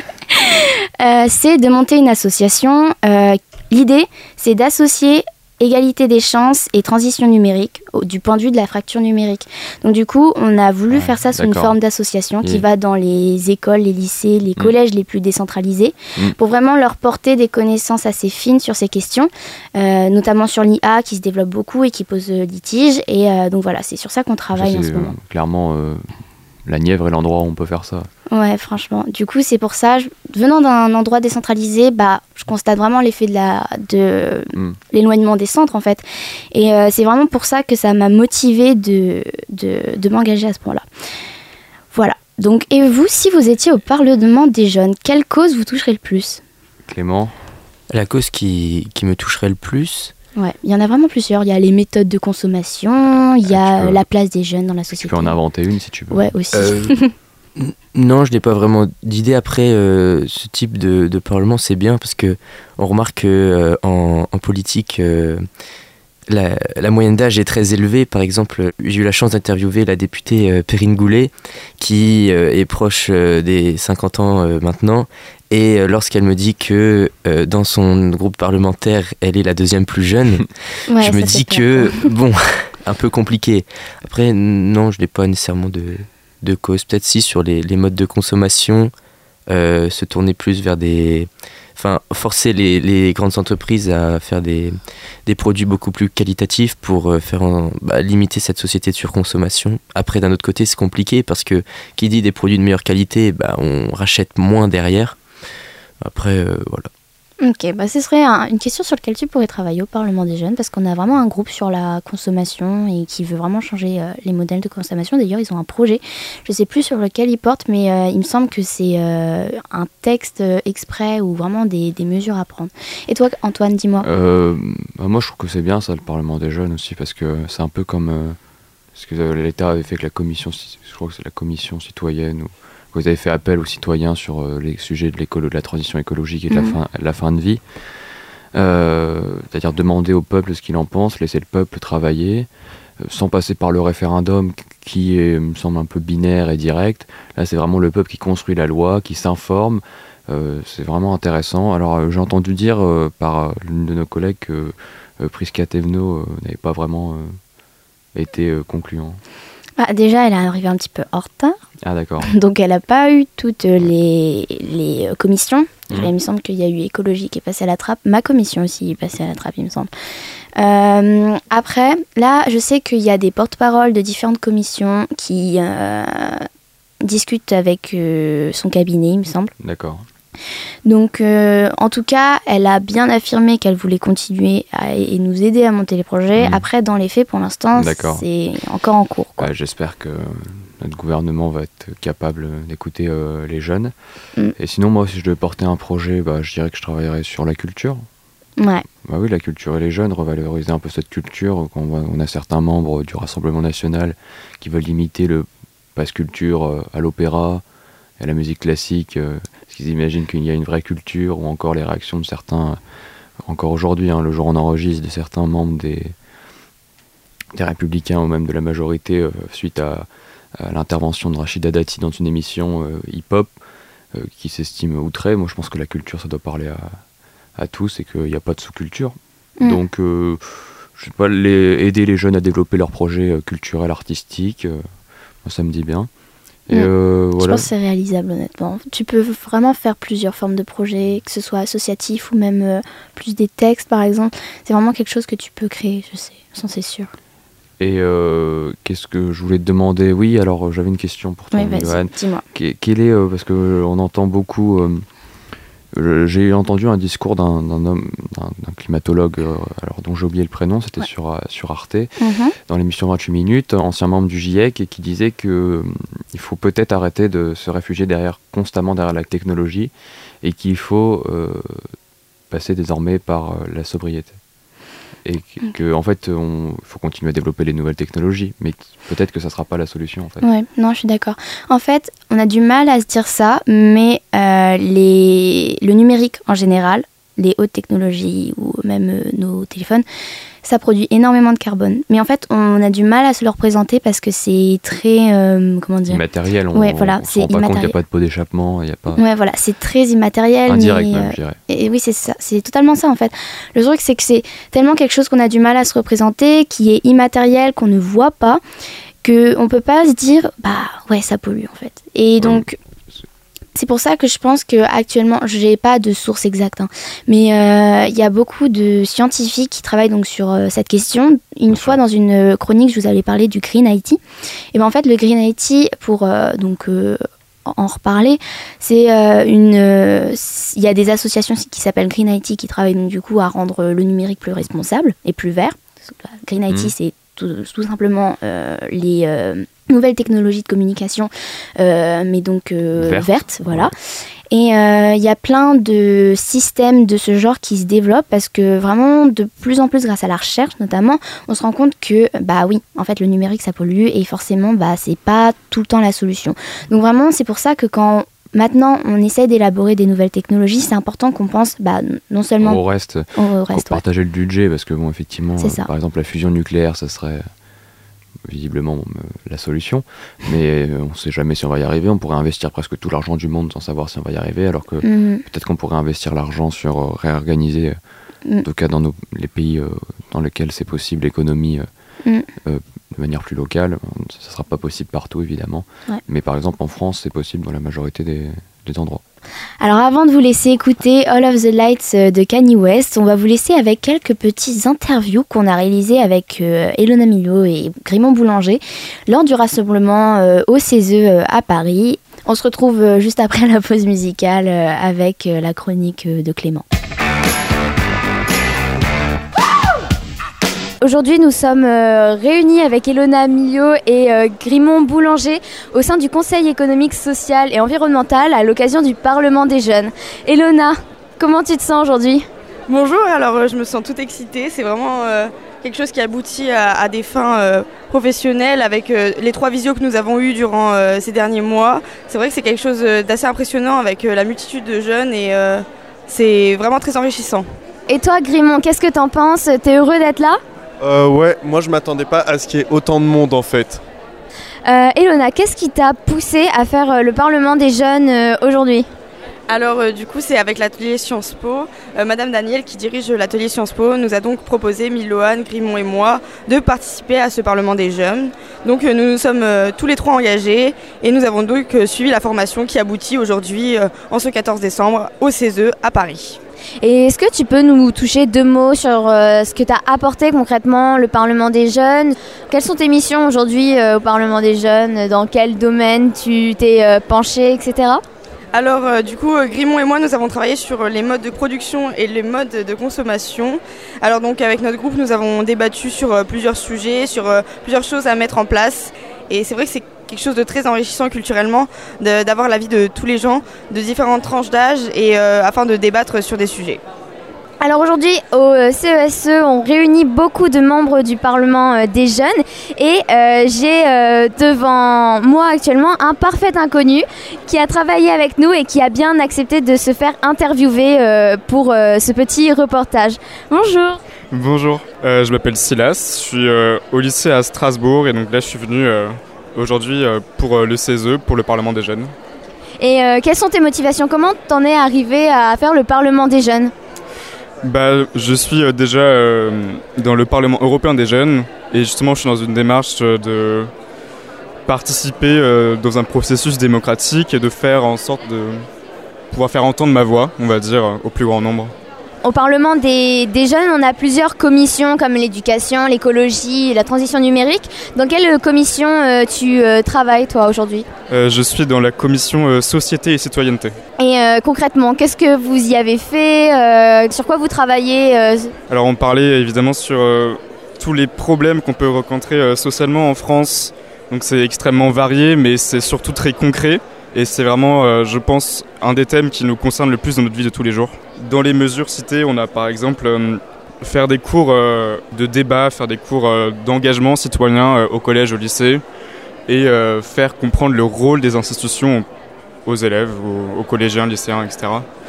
c'est de monter une association. L'idée, c'est d'associer égalité des chances et transition numérique du point de vue de la fracture numérique. Donc du coup, on a voulu faire ça sous une d'accord. forme d'association qui Et- va dans les écoles, les lycées, les collèges les plus décentralisés, pour vraiment leur porter des connaissances assez fines sur ces questions, notamment sur l'IA qui se développe beaucoup et qui pose litige. Et donc voilà, c'est sur ça qu'on travaille en ce moment. Clairement, la Nièvre est l'endroit où on peut faire ça. Ouais, franchement. Du coup, c'est pour ça, venant d'un endroit décentralisé, je constate vraiment l'effet de l'éloignement des centres, en fait. Et c'est vraiment pour ça que ça m'a motivée de m'engager à ce point-là. Voilà. Donc, et vous, si vous étiez au Parlement des jeunes, quelle cause vous toucherait le plus ? Clément, La cause qui me toucherait le plus, Ouais, il y en a vraiment plusieurs. Il y a les méthodes de consommation, il y a tu peux- la place des jeunes dans la tu société. peux en inventer une si tu veux. Ouais, aussi. non, je n'ai pas vraiment d'idée. Après, ce type de parlement, c'est bien parce que on remarque que en politique, la moyenne d'âge est très élevée. Par exemple, j'ai eu la chance d'interviewer la députée Perrine Goulet, qui est proche des 50 ans maintenant. Et lorsqu'elle me dit que dans son groupe parlementaire, elle est la deuxième plus jeune, Ouais, je me ça dis fait peur. que, bon, un peu compliqué. Après, non, je n'ai pas nécessairement de cause. Peut-être si sur les modes de consommation, se tourner plus vers des... Enfin, forcer les grandes entreprises à faire des produits beaucoup plus qualitatifs pour limiter cette société de surconsommation. Après, d'un autre côté, c'est compliqué parce que qui dit des produits de meilleure qualité, on rachète moins derrière. Après, voilà. Ok, ce serait une question sur laquelle tu pourrais travailler au Parlement des jeunes, parce qu'on a vraiment un groupe sur la consommation et qui veut vraiment changer les modèles de consommation. D'ailleurs, ils ont un projet, je ne sais plus sur lequel ils portent, mais il me semble que c'est un texte exprès ou vraiment des mesures à prendre. Et toi, Antoine, dis-moi. Moi, je trouve que c'est bien ça, le Parlement des jeunes aussi, parce que c'est un peu comme ce que l'État avait fait avec la commission, je crois que c'est la commission citoyenne, où vous avez fait appel aux citoyens sur les sujets de la transition écologique et de la fin de vie. C'est-à-dire demander au peuple ce qu'il en pense, laisser le peuple travailler, sans passer par le référendum qui est, me semble, un peu binaire et direct. Là, c'est vraiment le peuple qui construit la loi, qui s'informe. C'est vraiment intéressant. Alors, j'ai entendu dire par l'une de nos collègues que Prisca Thévenot n'avait pas vraiment été concluant. Déjà, elle est arrivée un petit peu en retard, Ah, d'accord. donc elle n'a pas eu toutes les commissions. Il me semble qu'il y a eu écologie qui est passée à la trappe. Ma commission aussi est passée à la trappe, il me semble. Après, là, je sais qu'il y a des porte-paroles de différentes commissions qui discutent avec son cabinet, il me semble. D'accord. Donc, en tout cas, elle a bien affirmé qu'elle voulait continuer et nous aider à monter les projets. Après, dans les faits, pour l'instant, D'accord. c'est encore en cours, quoi. J'espère que notre gouvernement va être capable d'écouter les jeunes. Et sinon, moi, si je devais porter un projet, je dirais que je travaillerais sur la culture. Ouais. Oui, la culture et les jeunes, revaloriser un peu cette culture. Quand on a certains membres du Rassemblement national qui veulent limiter le pass culture à l'opéra, à la musique classique, parce qu'ils imaginent qu'il y a une vraie culture, ou encore les réactions de certains, encore aujourd'hui, le jour où on enregistre, de certains membres des Républicains ou même de la majorité suite à l'intervention de Rachida Dati dans une émission hip-hop qui s'estime outrée. Moi, je pense que la culture, ça doit parler à tous et qu'il n'y a pas de sous-culture. Donc, je sais pas, aider les jeunes à développer leurs projets culturels, artistiques, moi, ça me dit bien. Et Je voilà. pense que c'est réalisable, honnêtement. Tu peux vraiment faire plusieurs formes de projets, que ce soit associatif ou même plus des textes, par exemple. C'est vraiment quelque chose que tu peux créer, je sais, c'est sûr. Et qu'est-ce que je voulais te demander? Oui, alors j'avais une question pour toi, Oui, vas-y, Johan. dis-moi. Quel est, parce qu'on entend beaucoup, j'ai entendu un discours d'un climatologue, alors dont j'ai oublié le prénom, c'était sur Arte, dans l'émission 28 minutes, ancien membre du GIEC, et qui disait que il faut peut-être arrêter de se réfugier constamment derrière la technologie, et qu'il faut passer désormais par la sobriété. Et en fait, il faut continuer à développer les nouvelles technologies, mais peut-être que ça ne sera pas la solution, en fait. Ouais, non, je suis d'accord. En fait, on a du mal à se dire ça, mais le numérique en général, les hautes technologies ou même nos téléphones, ça produit énormément de carbone. Mais en fait, on a du mal à se le représenter parce que c'est très, comment dire, immatériel. On ouais, voilà, ne se rend pas compte qu'il n'y a pas de pot d'échappement, il n'y a pas... Ouais, voilà, c'est très immatériel. Indirect mais, même, je dirais. Et oui, c'est ça, c'est totalement ça en fait. Le truc, c'est que c'est tellement quelque chose qu'on a du mal à se représenter, qui est immatériel, qu'on ne voit pas, qu'on ne peut pas se dire, bah ouais, ça pollue en fait. Et donc... C'est pour ça que je pense qu'actuellement, je n'ai pas de source exacte, hein, mais il y a beaucoup de scientifiques qui travaillent donc sur cette question. Une fois, dans une chronique, je vous avais parlé du Green IT. Et ben en fait, le Green IT, pour en reparler, c'est il y a des associations qui s'appellent Green IT qui travaillent donc du coup à rendre le numérique plus responsable et plus vert. Green IT, c'est tout simplement les nouvelles technologies de communication, mais donc vertes, voilà. Et il y a plein de systèmes de ce genre qui se développent parce que vraiment, de plus en plus, grâce à la recherche notamment, on se rend compte que, bah oui, en fait, le numérique, ça pollue et forcément, bah, c'est pas tout le temps la solution. Donc vraiment, c'est pour ça que quand maintenant on essaie d'élaborer des nouvelles technologies, c'est important qu'on pense non seulement au reste, pour partager le budget, parce que bon, effectivement, par exemple, la fusion nucléaire, ça serait visiblement la solution, mais on ne sait jamais si on va y arriver. On pourrait investir presque tout l'argent du monde sans savoir si on va y arriver, alors que peut-être qu'on pourrait investir l'argent sur réorganiser, en tout cas dans les pays dans lesquels c'est possible, l'économie de manière plus locale. Ça ne sera pas possible partout, évidemment, mais par exemple en France, c'est possible dans la majorité des endroits. Alors avant de vous laisser écouter All of the Lights de Kanye West, on va vous laisser avec quelques petites interviews qu'on a réalisées avec Elona Milo et Grimond Boulanger lors du rassemblement au CESE à Paris. On se retrouve juste après la pause musicale avec la chronique de Clément. Aujourd'hui, nous sommes réunis avec Elona Milo et Grimond Boulanger au sein du Conseil économique, social et environnemental à l'occasion du Parlement des jeunes. Elona, comment tu te sens aujourd'hui ? Bonjour, alors je me sens toute excitée. C'est vraiment quelque chose qui aboutit à des fins professionnelles avec les 3 visios que nous avons eues durant ces derniers mois. C'est vrai que c'est quelque chose d'assez impressionnant avec la multitude de jeunes et c'est vraiment très enrichissant. Et toi, Grimond, qu'est-ce que t'en penses ? T'es heureux d'être là ? Ouais, moi je m'attendais pas à ce qu'il y ait autant de monde en fait. Elona, qu'est-ce qui t'a poussé à faire le Parlement des jeunes aujourd'hui ? Alors du coup c'est avec l'atelier Sciences Po. Madame Danielle qui dirige l'atelier Sciences Po nous a donc proposé, Miloane, Grimond et moi, de participer à ce Parlement des jeunes. Donc nous nous sommes tous les 3 engagés et nous avons donc suivi la formation qui aboutit aujourd'hui en ce 14 décembre au CESE à Paris. Et est-ce que tu peux nous toucher 2 mots sur ce que tu as apporté concrètement le Parlement des jeunes ? Quelles sont tes missions aujourd'hui au Parlement des jeunes ? Dans quel domaine tu t'es penché, etc. Alors du coup, Grimond et moi, nous avons travaillé sur les modes de production et les modes de consommation. Alors donc avec notre groupe, nous avons débattu sur plusieurs sujets, sur plusieurs choses à mettre en place. Et c'est vrai que c'est quelque chose de très enrichissant culturellement d'avoir l'avis de tous les gens de différentes tranches d'âge et afin de débattre sur des sujets. Alors aujourd'hui, au CESE, on réunit beaucoup de membres du Parlement des jeunes et j'ai devant moi actuellement un parfait inconnu qui a travaillé avec nous et qui a bien accepté de se faire interviewer pour ce petit reportage. Bonjour. Bonjour, je m'appelle Silas, je suis au lycée à Strasbourg et donc là je suis venu aujourd'hui pour le CESE, pour le Parlement des jeunes. Et quelles sont tes motivations ? Comment t'en es arrivé à faire le Parlement des jeunes ? Je suis déjà dans le Parlement européen des jeunes et justement je suis dans une démarche participer dans un processus démocratique et de faire en sorte de pouvoir faire entendre ma voix, on va dire, au plus grand nombre. Au Parlement des jeunes, on a plusieurs commissions comme l'éducation, l'écologie, la transition numérique. Dans quelle commission tu travailles, toi, aujourd'hui ? Je suis dans la commission société et citoyenneté. Et concrètement, qu'est-ce que vous y avez fait ? Sur quoi vous travaillez ? Alors, on parlait évidemment sur tous les problèmes qu'on peut rencontrer socialement en France. Donc, c'est extrêmement varié, mais c'est surtout très concret. Et c'est vraiment, je pense, un des thèmes qui nous concerne le plus dans notre vie de tous les jours. Dans les mesures citées, on a par exemple faire des cours de débat, faire des cours d'engagement citoyen au collège, au lycée, et faire comprendre le rôle des institutions aux élèves, aux collégiens, lycéens, etc.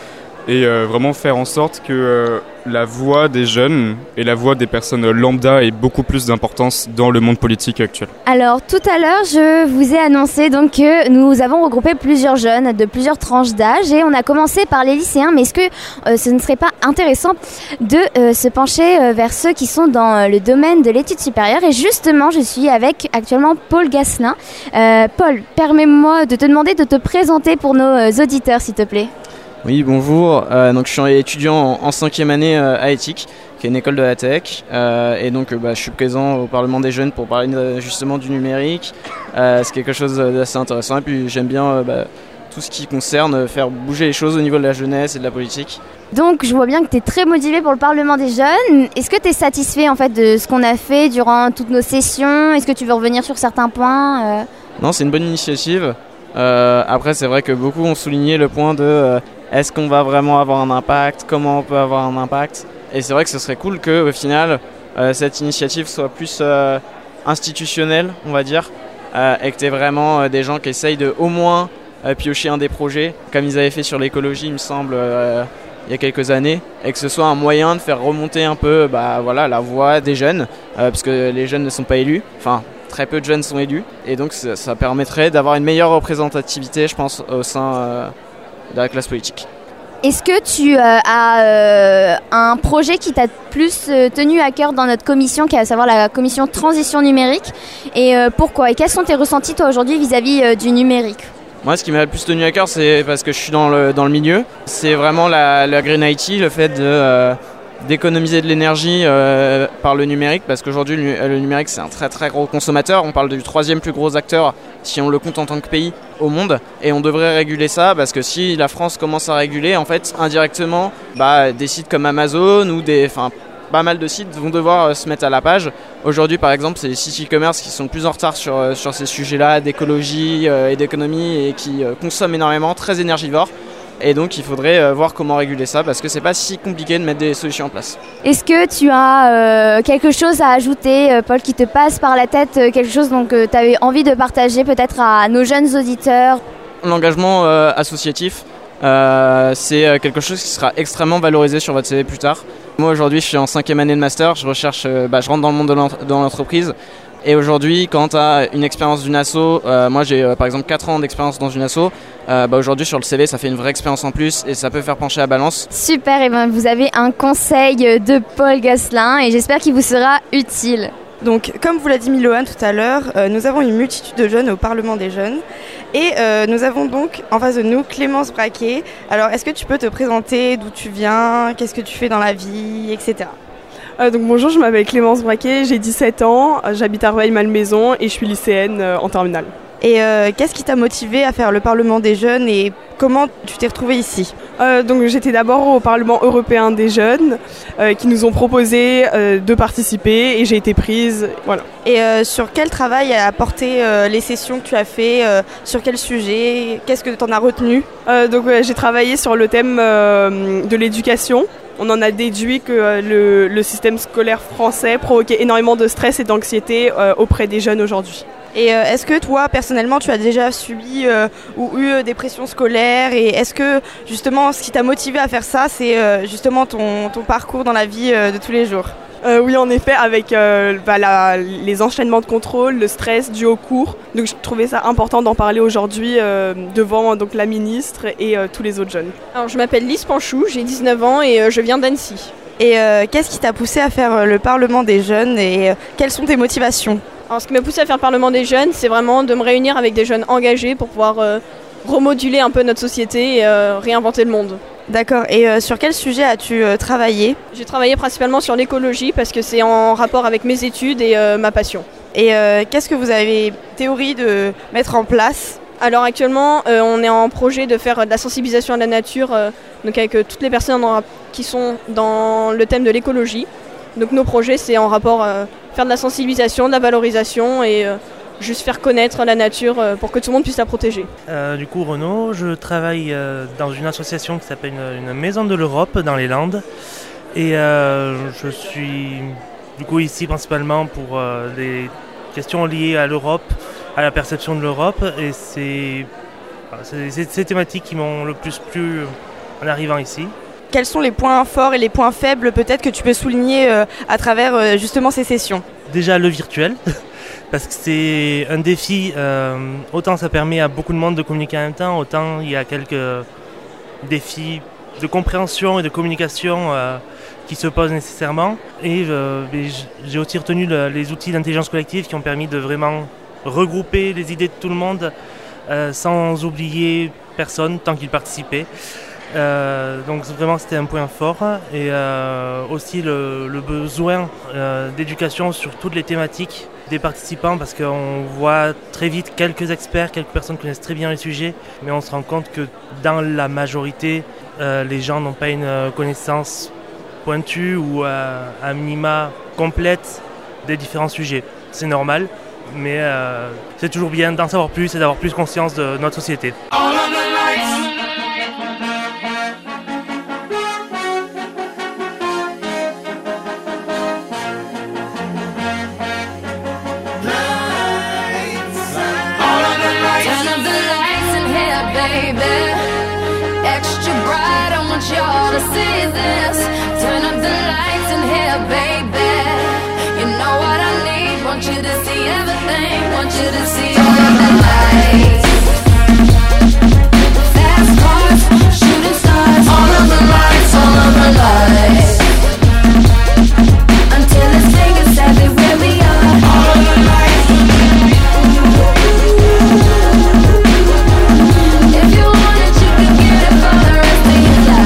Et vraiment faire en sorte que la voix des jeunes et la voix des personnes lambda ait beaucoup plus d'importance dans le monde politique actuel. Alors tout à l'heure, je vous ai annoncé donc que nous avons regroupé plusieurs jeunes de plusieurs tranches d'âge et on a commencé par les lycéens, mais est-ce que ce ne serait pas intéressant de se pencher vers ceux qui sont dans le domaine de l'étude supérieure? Et justement, je suis avec actuellement Paul Gasselin. Paul, permets-moi de te demander de te présenter pour nos auditeurs, s'il te plaît. Oui, bonjour. Donc, je suis étudiant en 5e année à Éthique, qui est une école de la tech. Et donc, je suis présent au Parlement des jeunes pour parler justement du numérique. C'est quelque chose d'assez intéressant. Et puis, j'aime bien tout ce qui concerne faire bouger les choses au niveau de la jeunesse et de la politique. Donc, je vois bien que tu es très motivé pour le Parlement des jeunes. Est-ce que tu es satisfait en fait, de ce qu'on a fait durant toutes nos sessions ? Est-ce que tu veux revenir sur certains points ? Non, c'est une bonne initiative. Après, c'est vrai que beaucoup ont souligné le point de est-ce qu'on va vraiment avoir un impact ? Comment on peut avoir un impact ? Et c'est vrai que ce serait cool qu'au final, cette initiative soit plus institutionnelle, on va dire, et que tu aies vraiment des gens qui essayent de au moins piocher un des projets, comme ils avaient fait sur l'écologie, il me semble, il y a quelques années, et que ce soit un moyen de faire remonter un peu la voix des jeunes, parce que les jeunes ne sont pas élus, enfin très peu de jeunes sont élus, et donc ça permettrait d'avoir une meilleure représentativité, je pense, au sein de la classe politique. Est-ce que tu as un projet qui t'a plus tenu à cœur dans notre commission, qui est à savoir la commission transition numérique, et pourquoi ? Et quels sont tes ressentis toi aujourd'hui vis-à-vis du numérique ? Moi, ce qui m'a le plus tenu à cœur, c'est parce que je suis dans le milieu. C'est vraiment la Green IT, le fait d'économiser de l'énergie par le numérique, parce qu'aujourd'hui, le numérique, c'est un très très gros consommateur. On parle du 3e plus gros acteur, si on le compte en tant que pays, au monde. Et on devrait réguler ça, parce que si la France commence à réguler, en fait, indirectement, des sites comme Amazon ou pas mal de sites vont devoir se mettre à la page. Aujourd'hui, par exemple, c'est les sites e-commerce qui sont plus en retard sur ces sujets-là d'écologie et d'économie et qui consomment énormément, très énergivores. Et donc, il faudrait voir comment réguler ça parce que c'est pas si compliqué de mettre des solutions en place. Est-ce que tu as quelque chose à ajouter, Paul, qui te passe par la tête, quelque chose que tu avais envie de partager peut-être à nos jeunes auditeurs ? L'engagement associatif, c'est quelque chose qui sera extrêmement valorisé sur votre CV plus tard. Moi aujourd'hui je suis en 5e année de master, je recherche, je rentre dans le monde de l'entreprise. Et aujourd'hui quand tu as une expérience d'une asso, moi j'ai par exemple 4 ans d'expérience dans une asso, aujourd'hui sur le CV ça fait une vraie expérience en plus et ça peut faire pencher la balance. Super, et vous avez un conseil de Paul Gasselin et j'espère qu'il vous sera utile. Donc, comme vous l'a dit Miloane tout à l'heure, nous avons une multitude de jeunes au Parlement des jeunes. Et nous avons donc en face de nous Clémence Braquet. Alors, est-ce que tu peux te présenter d'où tu viens, qu'est-ce que tu fais dans la vie, etc. Donc bonjour, je m'appelle Clémence Braquet, j'ai 17 ans, j'habite à Rueil-Malmaison et je suis lycéenne en terminale. Et qu'est-ce qui t'a motivé à faire le Parlement des jeunes et comment tu t'es retrouvée ici ? Donc j'étais d'abord au Parlement européen des jeunes qui nous ont proposé de participer et j'ai été prise, voilà. Et sur quel travail a apporté les sessions que tu as fait, sur quel sujet, qu'est-ce que tu en as retenu ? Donc j'ai travaillé sur le thème de l'éducation. On en a déduit que le système scolaire français provoquait énormément de stress et d'anxiété auprès des jeunes aujourd'hui. Et est-ce que toi, personnellement, tu as déjà subi ou eu des pressions scolaires ? Et est-ce que, justement, ce qui t'a motivé à faire ça, c'est justement ton parcours dans la vie de tous les jours ? Oui, en effet, avec les enchaînements de contrôle, le stress dû aux cours. Donc, je trouvais ça important d'en parler aujourd'hui devant donc, la ministre et tous les autres jeunes. Alors, je m'appelle Lise Panchou, j'ai 19 ans et je viens d'Annecy. Et qu'est-ce qui t'a poussé à faire le Parlement des jeunes et quelles sont tes motivations ? Alors, ce qui m'a poussé à faire le Parlement des jeunes, c'est vraiment de me réunir avec des jeunes engagés pour pouvoir remoduler un peu notre société et réinventer le monde. D'accord. Et sur quel sujet as-tu travaillé ? J'ai travaillé principalement sur l'écologie parce que c'est en rapport avec mes études et ma passion. Et qu'est-ce que vous avez théorie de mettre en place ? Alors actuellement, on est en projet de faire de la sensibilisation à la nature, donc avec toutes les personnes qui sont dans le thème de l'écologie. Donc nos projets, c'est en rapport faire de la sensibilisation, de la valorisation et juste faire connaître la nature pour que tout le monde puisse la protéger. Du coup, Renaud, je travaille dans une association qui s'appelle une Maison de l'Europe dans les Landes. Et je suis du coup ici principalement pour des questions liées à l'Europe, à la perception de l'Europe. Et c'est ces thématiques qui m'ont le plus plu en arrivant ici. Quels sont les points forts et les points faibles peut-être que tu peux souligner à travers justement ces sessions ? Déjà le virtuel, parce que c'est un défi, autant ça permet à beaucoup de monde de communiquer en même temps, autant il y a quelques défis de compréhension et de communication qui se posent nécessairement. Et j'ai aussi retenu les outils d'intelligence collective qui ont permis de vraiment regrouper les idées de tout le monde sans oublier personne tant qu'il participait. Donc vraiment c'était un point fort et aussi le besoin d'éducation sur toutes les thématiques des participants parce qu'on voit très vite quelques experts, quelques personnes connaissent très bien les sujets mais on se rend compte que dans la majorité les gens n'ont pas une connaissance pointue ou à minima complète des différents sujets. C'est normal mais c'est toujours bien d'en savoir plus et d'avoir plus conscience de notre société. Y'all to see this. Turn up the lights in here, baby. You know what I need. Want you to see everything. Want you to see all of the lights. Fast cars, shooting stars. All of the lights, all of the lights. Until it's fingers everywhere we are. All of the lights. If you want it, you can get it for the rest of your life.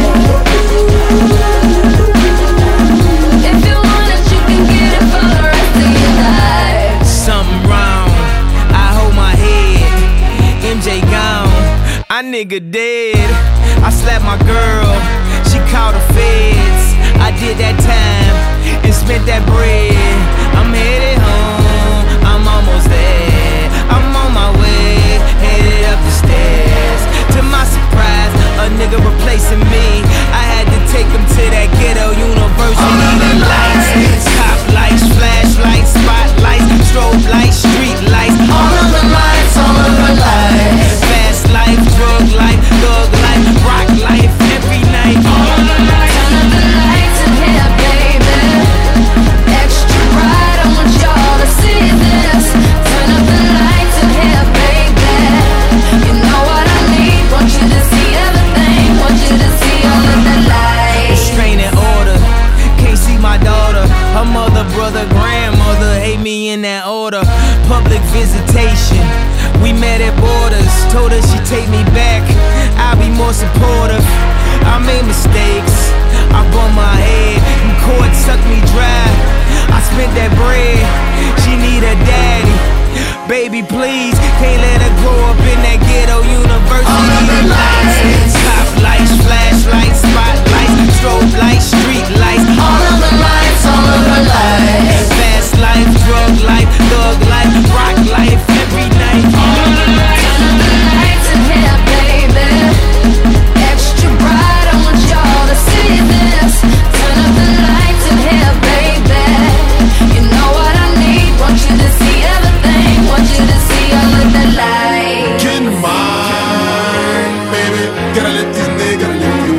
My nigga dead. I slapped my girl, she called the feds. I did that time and spent that bread. I'm headed home, I'm almost there. I'm on my way, headed up the stairs. To my surprise, a nigga replacing me. I had to take him to that ghetto university. The lights, top lights, flashlights, spotlights, strobe lights, street lights. All of the lights, all of the lights. Fast life, drug life, thug life, rock life, every night. All of the lights. Turn up the lights in here, baby. Extra bright, I want y'all to see this. Turn up the lights in here, baby. You know what I need. Want you to see everything. Want you to see all of the lights. Restraining order, can't see my daughter. Her mother, brother, grandmother hate me in that order. Public visitation, we met at borders. Told her she'd take me back, I'll be more supportive. I made mistakes, I bumped my head, and court sucked me dry. I spent that bread, she need a daddy. Baby please, can't let her grow up in that ghetto university. All of the lights, top lights, flashlights, spotlights, strobe lights, street lights. All of the lights, all of the lights. Fast life, drug life, thug life, rock life, every night. All of the lights. Turn up the lights in here, baby. Extra bright, I want y'all to see this. Turn up the lights in here, baby. You know what I need. Want you to see everything. Want you to see all of the lights. Get in mine, baby. Gotta let this nigga live.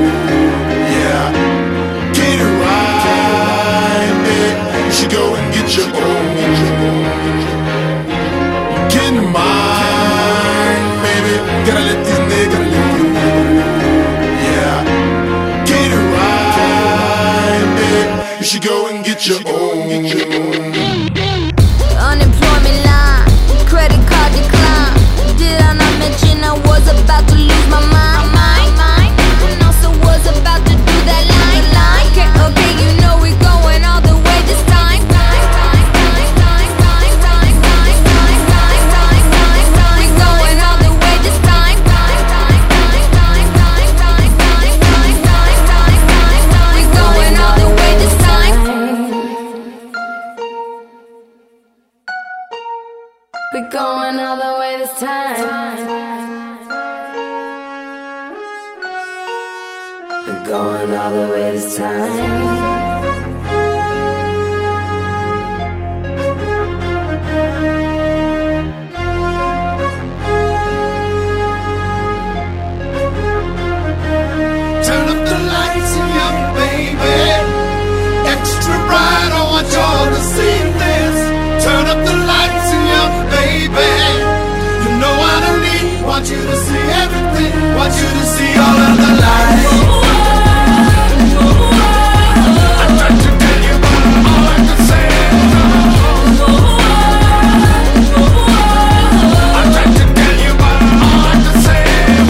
Yeah. Get it right, baby. You should go and get your own. Get in mine, baby. Gotta let this nigga live. Yeah. Get it right, baby. You should go and get your own. going all the way this time. We're going all the way this time. Turn up the lights, young baby. Extra bright, I want y'all to see this. Turn up the lights, young baby. You know I don't need, want you to see everything. Want you to see all of the lights. I tried to tell you, but all I could say. I tried to tell you, but all I could say.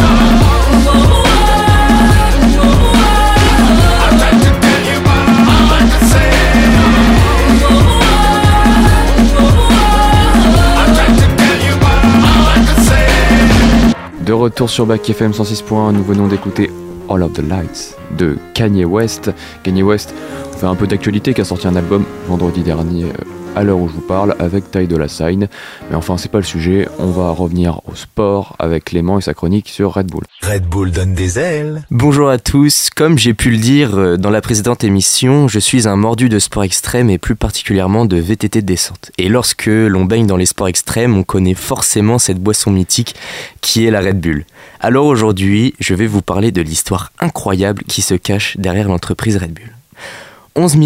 De retour sur Back FM 106.1, nous venons d'écouter All of the Lights de Kanye West. Kanye West fait un peu d'actualité, qui a sorti un album vendredi dernier à l'heure où je vous parle avec Ty Dolla $ign. Mais enfin, c'est pas le sujet, on va revenir au sport avec Clément et sa chronique sur Red Bull. Red Bull donne des ailes. Bonjour à tous, comme j'ai pu le dire dans la précédente émission, je suis un mordu de sport extrême et plus particulièrement de VTT de descente. Et lorsque l'on baigne dans les sports extrêmes, on connaît forcément cette boisson mythique qui est la Red Bull. Alors aujourd'hui, je vais vous parler de l'histoire incroyable qui se cache derrière l'entreprise Red Bull. 11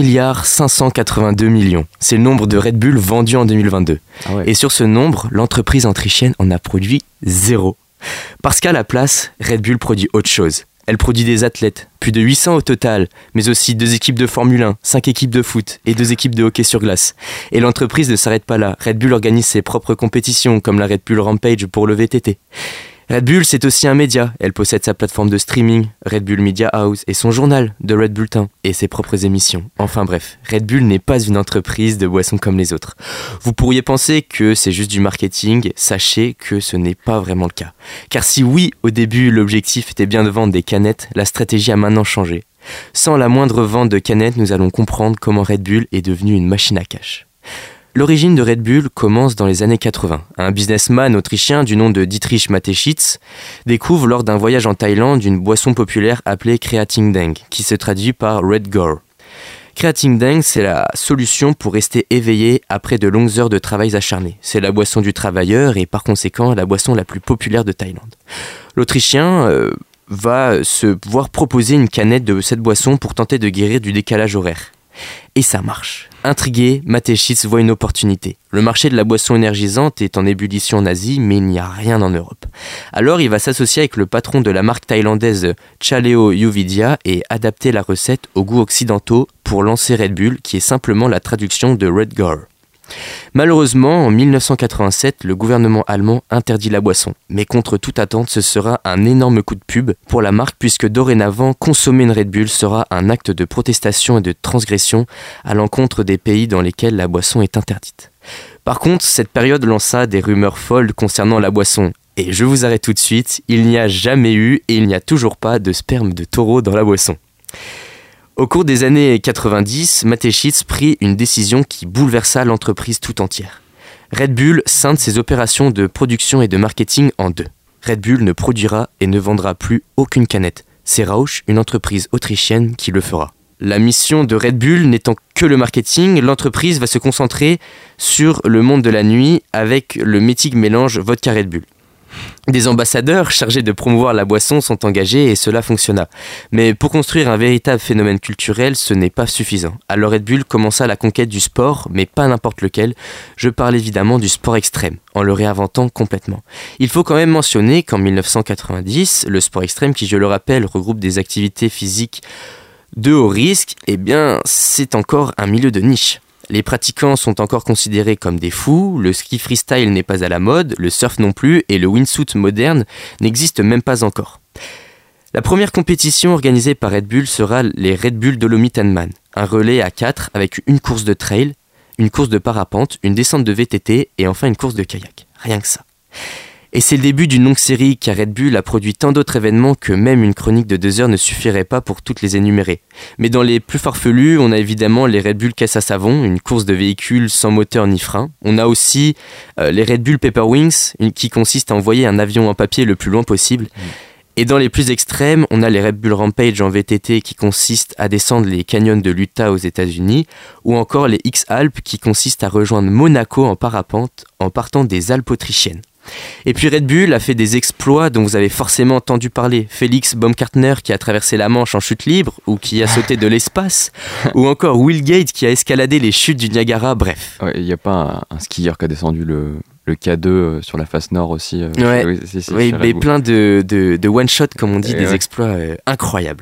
582 millions, c'est le nombre de Red Bull vendus en 2022. Ah ouais. Et sur ce nombre, l'entreprise autrichienne en a produit 0. Parce qu'à la place, Red Bull produit autre chose. Elle produit des athlètes, plus de 800 au total, mais aussi 2 équipes de Formule 1, 5 équipes de foot et 2 équipes de hockey sur glace. Et l'entreprise ne s'arrête pas là. Red Bull organise ses propres compétitions, comme la Red Bull Rampage pour le VTT. Red Bull, c'est aussi un média. Elle possède sa plateforme de streaming, Red Bull Media House, et son journal, The Red Bulletin, et ses propres émissions. Enfin bref, Red Bull n'est pas une entreprise de boissons comme les autres. Vous pourriez penser que c'est juste du marketing, sachez que ce n'est pas vraiment le cas. Car si oui, au début, l'objectif était bien de vendre des canettes, la stratégie a maintenant changé. Sans la moindre vente de canettes, nous allons comprendre comment Red Bull est devenue une machine à cash. L'origine de Red Bull commence dans les années 80. Un businessman autrichien du nom de Dietrich Mateschitz découvre lors d'un voyage en Thaïlande une boisson populaire appelée Kreating Dang, qui se traduit par Red Gore. Kreating Dang, c'est la solution pour rester éveillé après de longues heures de travail acharné. C'est la boisson du travailleur et par conséquent la boisson la plus populaire de Thaïlande. L'Autrichien va se voir proposer une canette de cette boisson pour tenter de guérir du décalage horaire. Et ça marche. Intrigué, Mateschitz voit une opportunité. Le marché de la boisson énergisante est en ébullition en Asie, mais il n'y a rien en Europe. Alors il va s'associer avec le patron de la marque thaïlandaise Chaleo Yuvidia et adapter la recette aux goûts occidentaux pour lancer Red Bull, qui est simplement la traduction de Red Gore. Malheureusement, en 1987, le gouvernement allemand interdit la boisson. Mais contre toute attente, ce sera un énorme coup de pub pour la marque puisque dorénavant, consommer une Red Bull sera un acte de protestation et de transgression à l'encontre des pays dans lesquels la boisson est interdite. Par contre, cette période lança des rumeurs folles concernant la boisson. Et je vous arrête tout de suite, il n'y a jamais eu et il n'y a toujours pas de sperme de taureau dans la boisson. Au cours des années 90, Mateschitz prit une décision qui bouleversa l'entreprise tout entière. Red Bull scinde ses opérations de production et de marketing en deux. Red Bull ne produira et ne vendra plus aucune canette. C'est Rauch, une entreprise autrichienne, qui le fera. La mission de Red Bull n'étant que le marketing, l'entreprise va se concentrer sur le monde de la nuit avec le mythique mélange vodka Red Bull. Des ambassadeurs chargés de promouvoir la boisson sont engagés et cela fonctionna. Mais pour construire un véritable phénomène culturel, ce n'est pas suffisant. Alors Red Bull commença la conquête du sport, mais pas n'importe lequel. Je parle évidemment du sport extrême, en le réinventant complètement. Il faut quand même mentionner qu'en 1990, le sport extrême, qui je le rappelle regroupe des activités physiques de haut risque, eh bien c'est encore un milieu de niche. Les pratiquants sont encore considérés comme des fous, le ski freestyle n'est pas à la mode, le surf non plus, et le wingsuit moderne n'existe même pas encore. La première compétition organisée par Red Bull sera les Red Bull Dolomite Man, un relais à 4 avec une course de trail, une course de parapente, une descente de VTT et enfin une course de kayak. Rien que ça. Et c'est le début d'une longue série car Red Bull a produit tant d'autres événements que même une chronique de 2 heures ne suffirait pas pour toutes les énumérer. Mais dans les plus farfelus, on a évidemment les Red Bull caisse à savon, une course de véhicules sans moteur ni frein. On a aussi les Red Bull Paper Wings, qui consiste à envoyer un avion en papier le plus loin possible. Et dans les plus extrêmes, on a les Red Bull Rampage en VTT qui consistent à descendre les canyons de l'Utah aux États-Unis, ou encore les X-Alpes qui consistent à rejoindre Monaco en parapente en partant des Alpes autrichiennes. Et puis Red Bull a fait des exploits dont vous avez forcément entendu parler. Félix Baumgartner qui a traversé la Manche en chute libre ou qui a sauté de l'espace, ou encore Will Gates qui a escaladé les chutes du Niagara, bref. Il n'y a pas un skieur qui a descendu le K2 sur la face nord aussi. Oui, mais plein de one-shot comme on dit, des exploits incroyables.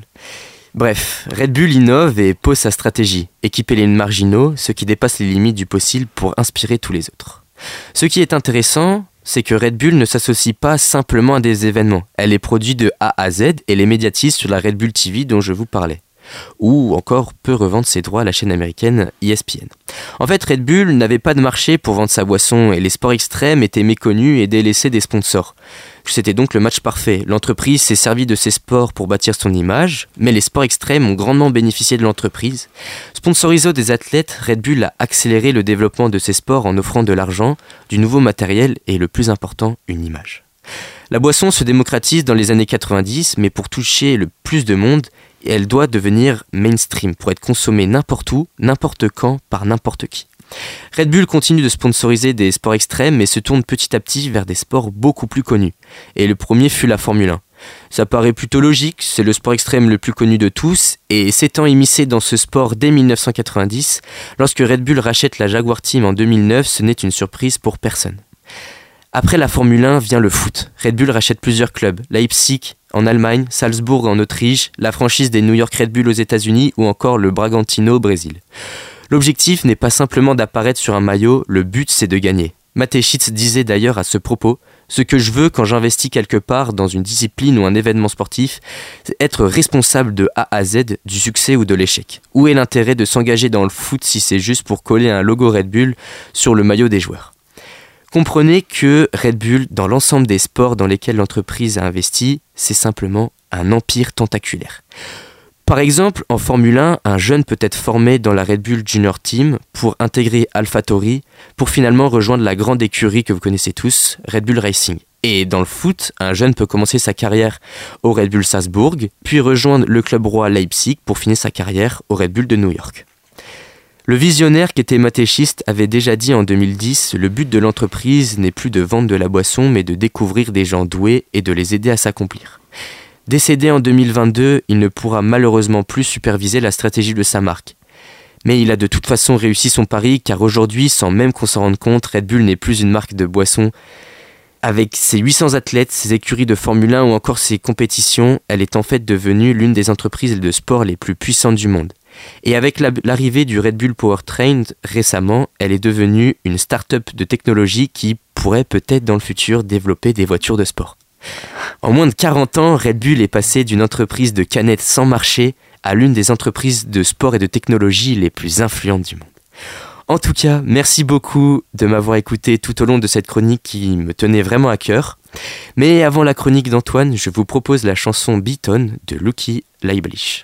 Bref, Red Bull innove et pose sa stratégie, équiper les marginaux, ceux qui dépassent les limites du possible pour inspirer tous les autres. Ce qui est intéressant, c'est que Red Bull ne s'associe pas simplement à des événements. Elle les produit de A à Z et les médiatise sur la Red Bull TV dont je vous parlais. Ou encore peut revendre ses droits à la chaîne américaine ESPN. En fait, Red Bull n'avait pas de marché pour vendre sa boisson et les sports extrêmes étaient méconnus et délaissés des sponsors. C'était donc le match parfait. L'entreprise s'est servie de ces sports pour bâtir son image, mais les sports extrêmes ont grandement bénéficié de l'entreprise. Sponsorisant des athlètes, Red Bull a accéléré le développement de ces sports en offrant de l'argent, du nouveau matériel et le plus important, une image. La boisson se démocratise dans les années 90, mais pour toucher le plus de monde, elle doit devenir mainstream pour être consommée n'importe où, n'importe quand, par n'importe qui. Red Bull continue de sponsoriser des sports extrêmes mais se tourne petit à petit vers des sports beaucoup plus connus. Et le premier fut la Formule 1. Ça paraît plutôt logique, c'est le sport extrême le plus connu de tous, et s'étant immiscé dans ce sport dès 1990, lorsque Red Bull rachète la Jaguar Team en 2009, ce n'est une surprise pour personne. Après la Formule 1 vient le foot. Red Bull rachète plusieurs clubs, Leipzig en Allemagne, Salzbourg en Autriche, la franchise des New York Red Bull aux États-Unis ou encore le Bragantino au Brésil. L'objectif n'est pas simplement d'apparaître sur un maillot, le but c'est de gagner. Mateschitz disait d'ailleurs à ce propos « Ce que je veux quand j'investis quelque part dans une discipline ou un événement sportif, c'est être responsable de A à Z du succès ou de l'échec. Où est l'intérêt de s'engager dans le foot si c'est juste pour coller un logo Red Bull sur le maillot des joueurs ?» Comprenez que Red Bull, dans l'ensemble des sports dans lesquels l'entreprise a investi, c'est simplement un empire tentaculaire. Par exemple, en Formule 1, un jeune peut être formé dans la Red Bull Junior Team pour intégrer AlphaTauri, pour finalement rejoindre la grande écurie que vous connaissez tous, Red Bull Racing. Et dans le foot, un jeune peut commencer sa carrière au Red Bull Salzbourg, puis rejoindre le club roi Leipzig pour finir sa carrière au Red Bull de New York. Le visionnaire qu'était Mateschitz avait déjà dit en 2010 « Le but de l'entreprise n'est plus de vendre de la boisson, mais de découvrir des gens doués et de les aider à s'accomplir. » Décédé en 2022, il ne pourra malheureusement plus superviser la stratégie de sa marque. Mais il a de toute façon réussi son pari, car aujourd'hui, sans même qu'on s'en rende compte, Red Bull n'est plus une marque de boisson. Avec ses 800 athlètes, ses écuries de Formule 1 ou encore ses compétitions, elle est en fait devenue l'une des entreprises de sport les plus puissantes du monde. Et avec l'arrivée du Red Bull Powertrain récemment, elle est devenue une start-up de technologie qui pourrait peut-être dans le futur développer des voitures de sport. En moins de 40 ans, Red Bull est passé d'une entreprise de canettes sans marché à l'une des entreprises de sport et de technologie les plus influentes du monde. En tout cas, merci beaucoup de m'avoir écouté tout au long de cette chronique qui me tenait vraiment à cœur. Mais avant la chronique d'Antoine, je vous propose la chanson Beaton de Lucky Leiblich.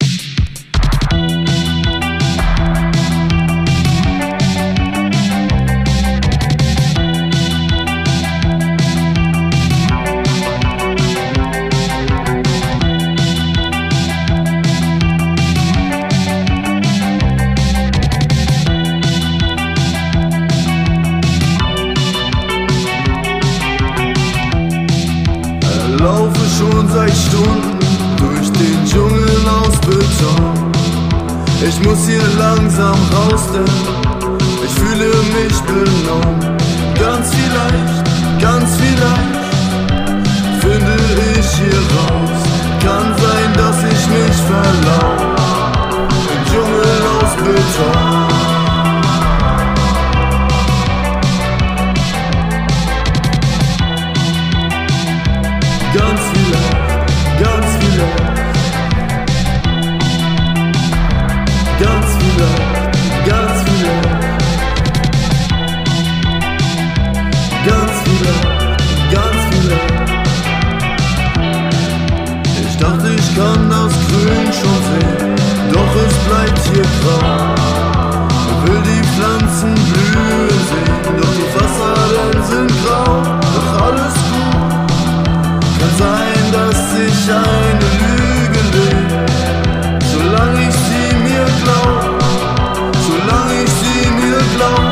Laufe schon seit Stunden durch den Dschungel aus Beton. Ich muss hier langsam raus, denn ich fühle mich benommen. Ganz vielleicht finde ich hier raus. Kann sein, dass ich mich verlau im Dschungel aus Beton. Ganz vielleicht, ganz vielleicht, ganz vielleicht, ganz vielleicht, ganz vielleicht, ganz vielleicht. ich eine Lüge lebe. Solange ich sie mir glaub, solange ich sie mir glaub.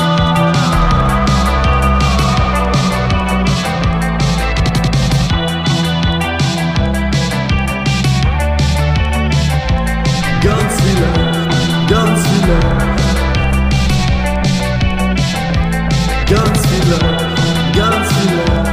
Ganz vielleicht, ganz vielleicht, ganz vielleicht, ganz vielleicht.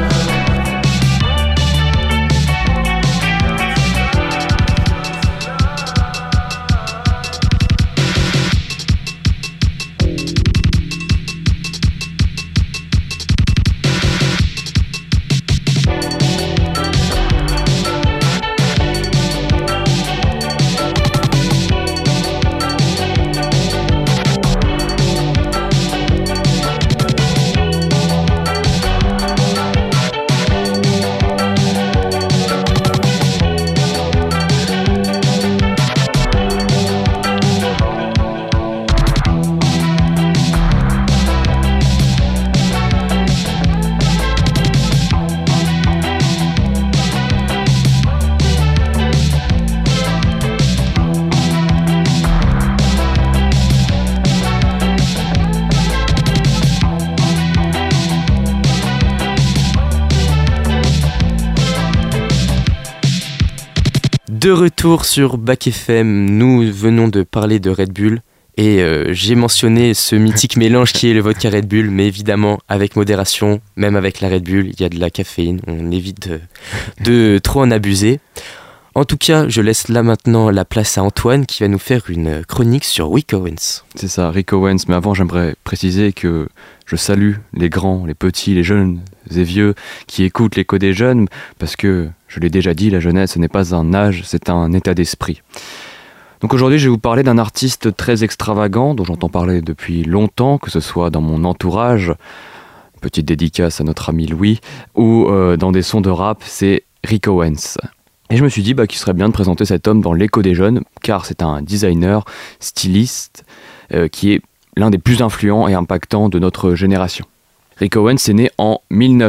De retour sur Bac FM, nous venons de parler de Red Bull et j'ai mentionné ce mythique mélange qui est le vodka Red Bull, mais évidemment avec modération, même avec la Red Bull, il y a de la caféine, on évite de trop en abuser. En tout cas, je laisse là maintenant la place à Antoine qui va nous faire une chronique sur Rick Owens. C'est ça, Rick Owens, mais avant j'aimerais préciser que je salue les grands, les petits, les jeunes et vieux qui écoutent l'écho des jeunes, parce que, je l'ai déjà dit, la jeunesse ce n'est pas un âge, c'est un état d'esprit. Donc aujourd'hui je vais vous parler d'un artiste très extravagant dont j'entends parler depuis longtemps, que ce soit dans mon entourage, petite dédicace à notre ami Louis, ou dans des sons de rap, c'est Rick Owens. Et je me suis dit qu'il serait bien de présenter cet homme dans l'écho des jeunes, car c'est un designer, styliste, qui est l'un des plus influents et impactants de notre génération. Rick Owens est né en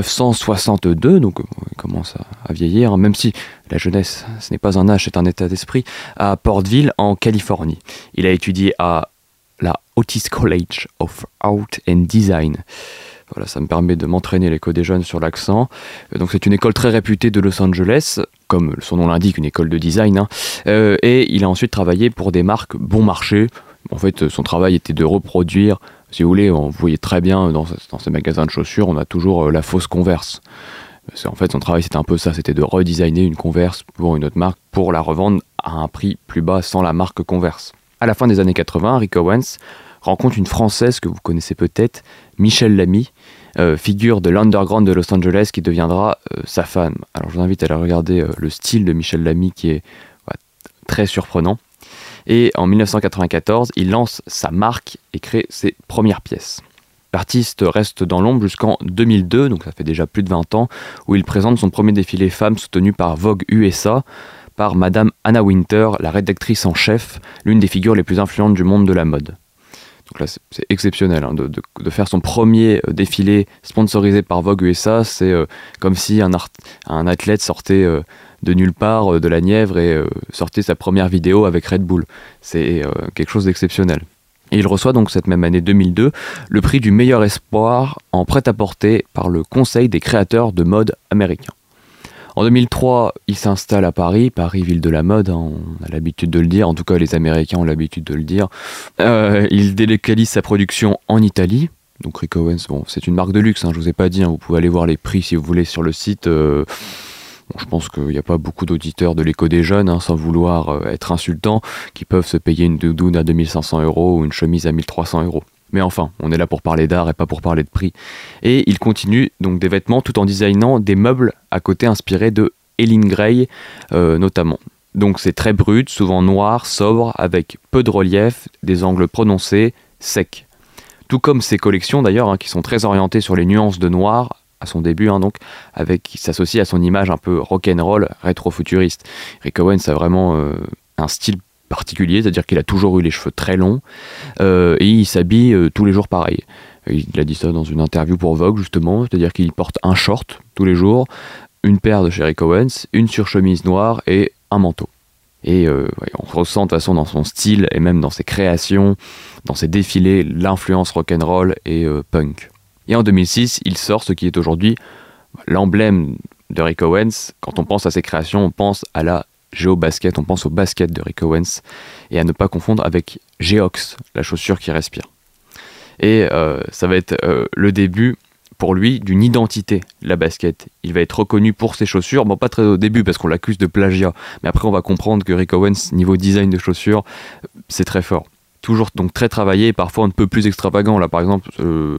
1962, donc il commence à vieillir, même si la jeunesse, ce n'est pas un âge, c'est un état d'esprit, à Portville, en Californie. Il a étudié à la Otis College of Art and Design. Voilà, ça me permet de m'entraîner l'écho des jeunes sur l'accent. Donc c'est une école très réputée de Los Angeles, comme son nom l'indique, une école de design. Et il a ensuite travaillé pour des marques bon marché. En fait, son travail était de reproduire, si vous voulez, vous voyez très bien dans ces magasins de chaussures, on a toujours la fausse Converse. En fait, son travail c'était un peu ça, c'était de redesigner une Converse pour une autre marque, pour la revendre à un prix plus bas sans la marque Converse. À la fin des années 80, Rick Owens rencontre une Française que vous connaissez peut-être, Michèle Lamy, figure de l'underground de Los Angeles qui deviendra sa femme. Alors je vous invite à aller regarder le style de Michèle Lamy qui est très surprenant. Et en 1994, il lance sa marque et crée ses premières pièces. L'artiste reste dans l'ombre jusqu'en 2002, donc ça fait déjà plus de 20 ans, où il présente son premier défilé femme soutenu par Vogue USA, par Madame Anna Wintour, la rédactrice en chef, l'une des figures les plus influentes du monde de la mode. Donc là, c'est exceptionnel de faire son premier défilé sponsorisé par Vogue USA. C'est comme si un athlète sortait de nulle part, de la Nièvre, et sortait sa première vidéo avec Red Bull. C'est quelque chose d'exceptionnel. Et il reçoit donc cette même année 2002 le prix du meilleur espoir en prêt-à-porter par le Conseil des créateurs de mode américain. En 2003, il s'installe à Paris, ville de la mode, on a l'habitude de le dire, en tout cas les Américains ont l'habitude de le dire. Il délocalise sa production en Italie, donc Rick Owens, c'est une marque de luxe, je vous ai pas dit, vous pouvez aller voir les prix si vous voulez sur le site. Je pense qu'il n'y a pas beaucoup d'auditeurs de l'écho des jeunes, sans vouloir être insultant, qui peuvent se payer une doudoune à 2500 € ou une chemise à 1300 €. Mais enfin, on est là pour parler d'art et pas pour parler de prix. Et il continue donc des vêtements tout en designant des meubles à côté inspirés de Helen Gray notamment. Donc c'est très brut, souvent noir, sobre, avec peu de relief, des angles prononcés, secs. Tout comme ses collections d'ailleurs, qui sont très orientées sur les nuances de noir, à son début, donc, qui s'associe à son image un peu rock'n'roll, rétro-futuriste. Rick Owens a vraiment un style particulier, c'est-à-dire qu'il a toujours eu les cheveux très longs, et il s'habille tous les jours pareil. Il a dit ça dans une interview pour Vogue, justement, c'est-à-dire qu'il porte un short tous les jours, une paire de chez Rick Owens, une surchemise noire et un manteau. Et on ressent de toute façon dans son style et même dans ses créations, dans ses défilés, l'influence rock'n'roll et punk. Et en 2006, il sort ce qui est aujourd'hui l'emblème de Rick Owens. Quand on pense à ses créations, on pense à la GeoBasket, on pense au basket de Rick Owens, et à ne pas confondre avec Geox, la chaussure qui respire. Et ça va être le début pour lui d'une identité, la basket. Il va être reconnu pour ses chaussures, bon pas très au début parce qu'on l'accuse de plagiat, mais après on va comprendre que Rick Owens, niveau design de chaussures, c'est très fort. Toujours donc très travaillé, parfois un peu plus extravagant. Là par exemple,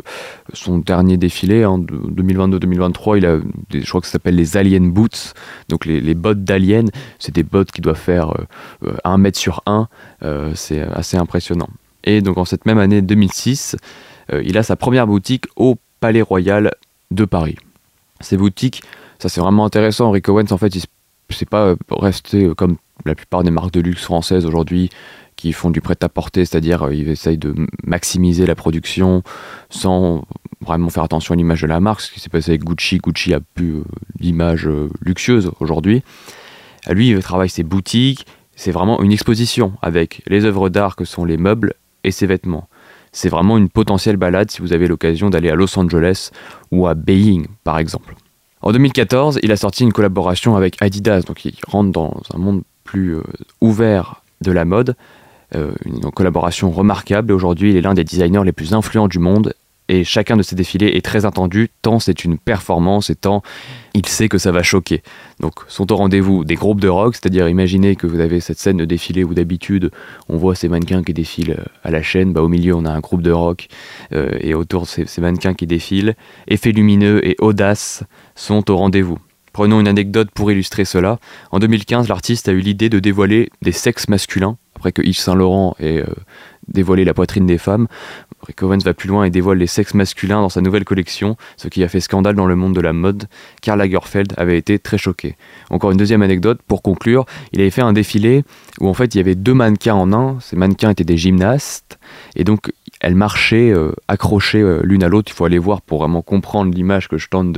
son dernier défilé, en 2022-2023, il a je crois que ça s'appelle les Alien Boots, donc les bottes d'Alien. C'est des bottes qui doivent faire 1 mètre sur 1, c'est assez impressionnant. Et donc en cette même année 2006, il a sa première boutique au Palais Royal de Paris. Ces boutiques, ça c'est vraiment intéressant. Rick Owens, en fait, c'est pas resté comme la plupart des marques de luxe françaises aujourd'hui qui font du prêt-à-porter, c'est-à-dire ils essayent de maximiser la production sans vraiment faire attention à l'image de la marque. Ce qui s'est passé avec Gucci, Gucci a plus d'image luxueuse aujourd'hui. Lui, il travaille ses boutiques, c'est vraiment une exposition avec les œuvres d'art que sont les meubles et ses vêtements. C'est vraiment une potentielle balade si vous avez l'occasion d'aller à Los Angeles ou à Beijing, par exemple. En 2014, il a sorti une collaboration avec Adidas, donc il rentre dans un monde plus ouvert de la mode, une collaboration remarquable. Aujourd'hui, il est l'un des designers les plus influents du monde et chacun de ses défilés est très attendu, tant c'est une performance et tant il sait que ça va choquer. Donc sont au rendez-vous des groupes de rock, c'est-à-dire imaginez que vous avez cette scène de défilé où d'habitude on voit ces mannequins qui défilent à la chaîne, au milieu on a un groupe de rock et autour ces mannequins qui défilent. Effets lumineux et audace sont au rendez-vous. Prenons une anecdote pour illustrer cela. En 2015, l'artiste a eu l'idée de dévoiler des sexes masculins, après que Yves Saint Laurent ait dévoilé la poitrine des femmes. Rick Owens va plus loin et dévoile les sexes masculins dans sa nouvelle collection, ce qui a fait scandale dans le monde de la mode. Karl Lagerfeld avait été très choqué. Encore une deuxième anecdote pour conclure, il avait fait un défilé où en fait il y avait 2 mannequins en un. Ces mannequins étaient des gymnastes et donc elles marchaient accrochées l'une à l'autre. Il faut aller voir pour vraiment comprendre l'image que je tente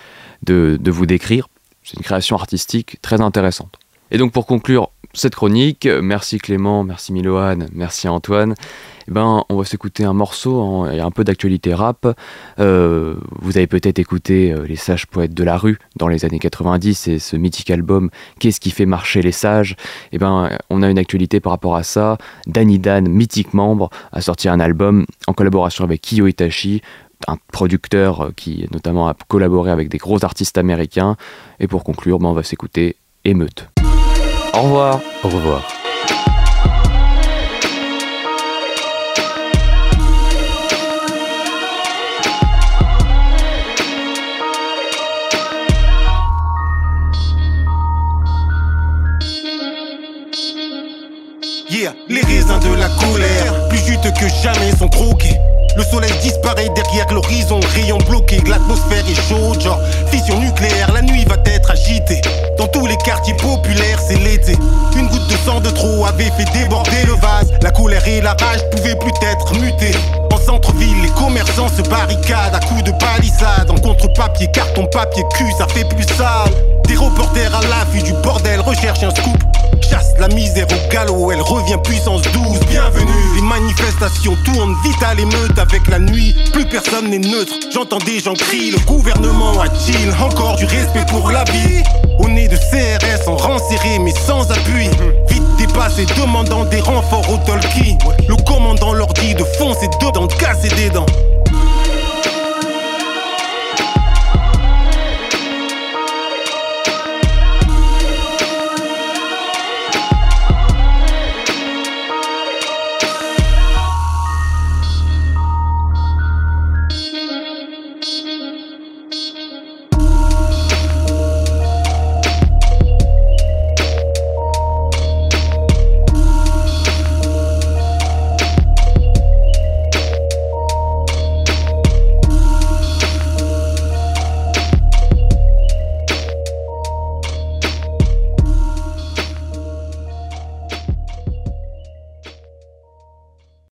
de vous décrire. C'est une création artistique très intéressante. Et donc pour conclure cette chronique, merci Clément, merci Miloane, merci Antoine. On va s'écouter un morceau, il y a un peu d'actualité rap. Vous avez peut-être écouté Les Sages Poètes de la Rue dans les années 90 et ce mythique album Qu'est-ce qui fait marcher les sages. On a une actualité par rapport à ça. Danny Dan, mythique membre, a sorti un album en collaboration avec Kiyo Itachi, un producteur qui notamment a collaboré avec des gros artistes américains. Et pour conclure, on va s'écouter Émeute. Au revoir. Au revoir. Yeah, les raisins de la colère, plus juteux que jamais sont croqués. Le soleil disparaît derrière l'horizon, rayon bloqué, l'atmosphère est chaude, genre fission nucléaire, la nuit va être agitée. Dans tous les quartiers populaires, c'est l'été. Une goutte de sang de trop avait fait déborder le vase. La colère et la rage pouvaient plus être mutées. En centre-ville, les commerçants se barricadent à coups de palissade. En contre-papier, carton, papier, cul, ça fait plus sale. Des reporters à l'affût du bordel recherchent un scoop. Chasse la misère au galop, elle revient puissance 12. Bienvenue. Les manifestations tournent vite à l'émeute avec la nuit. Plus personne n'est neutre, j'entends des gens crier. Le gouvernement a-t-il encore du respect pour la vie? Au nez de CRS en rang serré mais sans appui. Vite dépassé, demandant des renforts au talkie. Le commandant leur dit de foncer dedans, de casser des dents.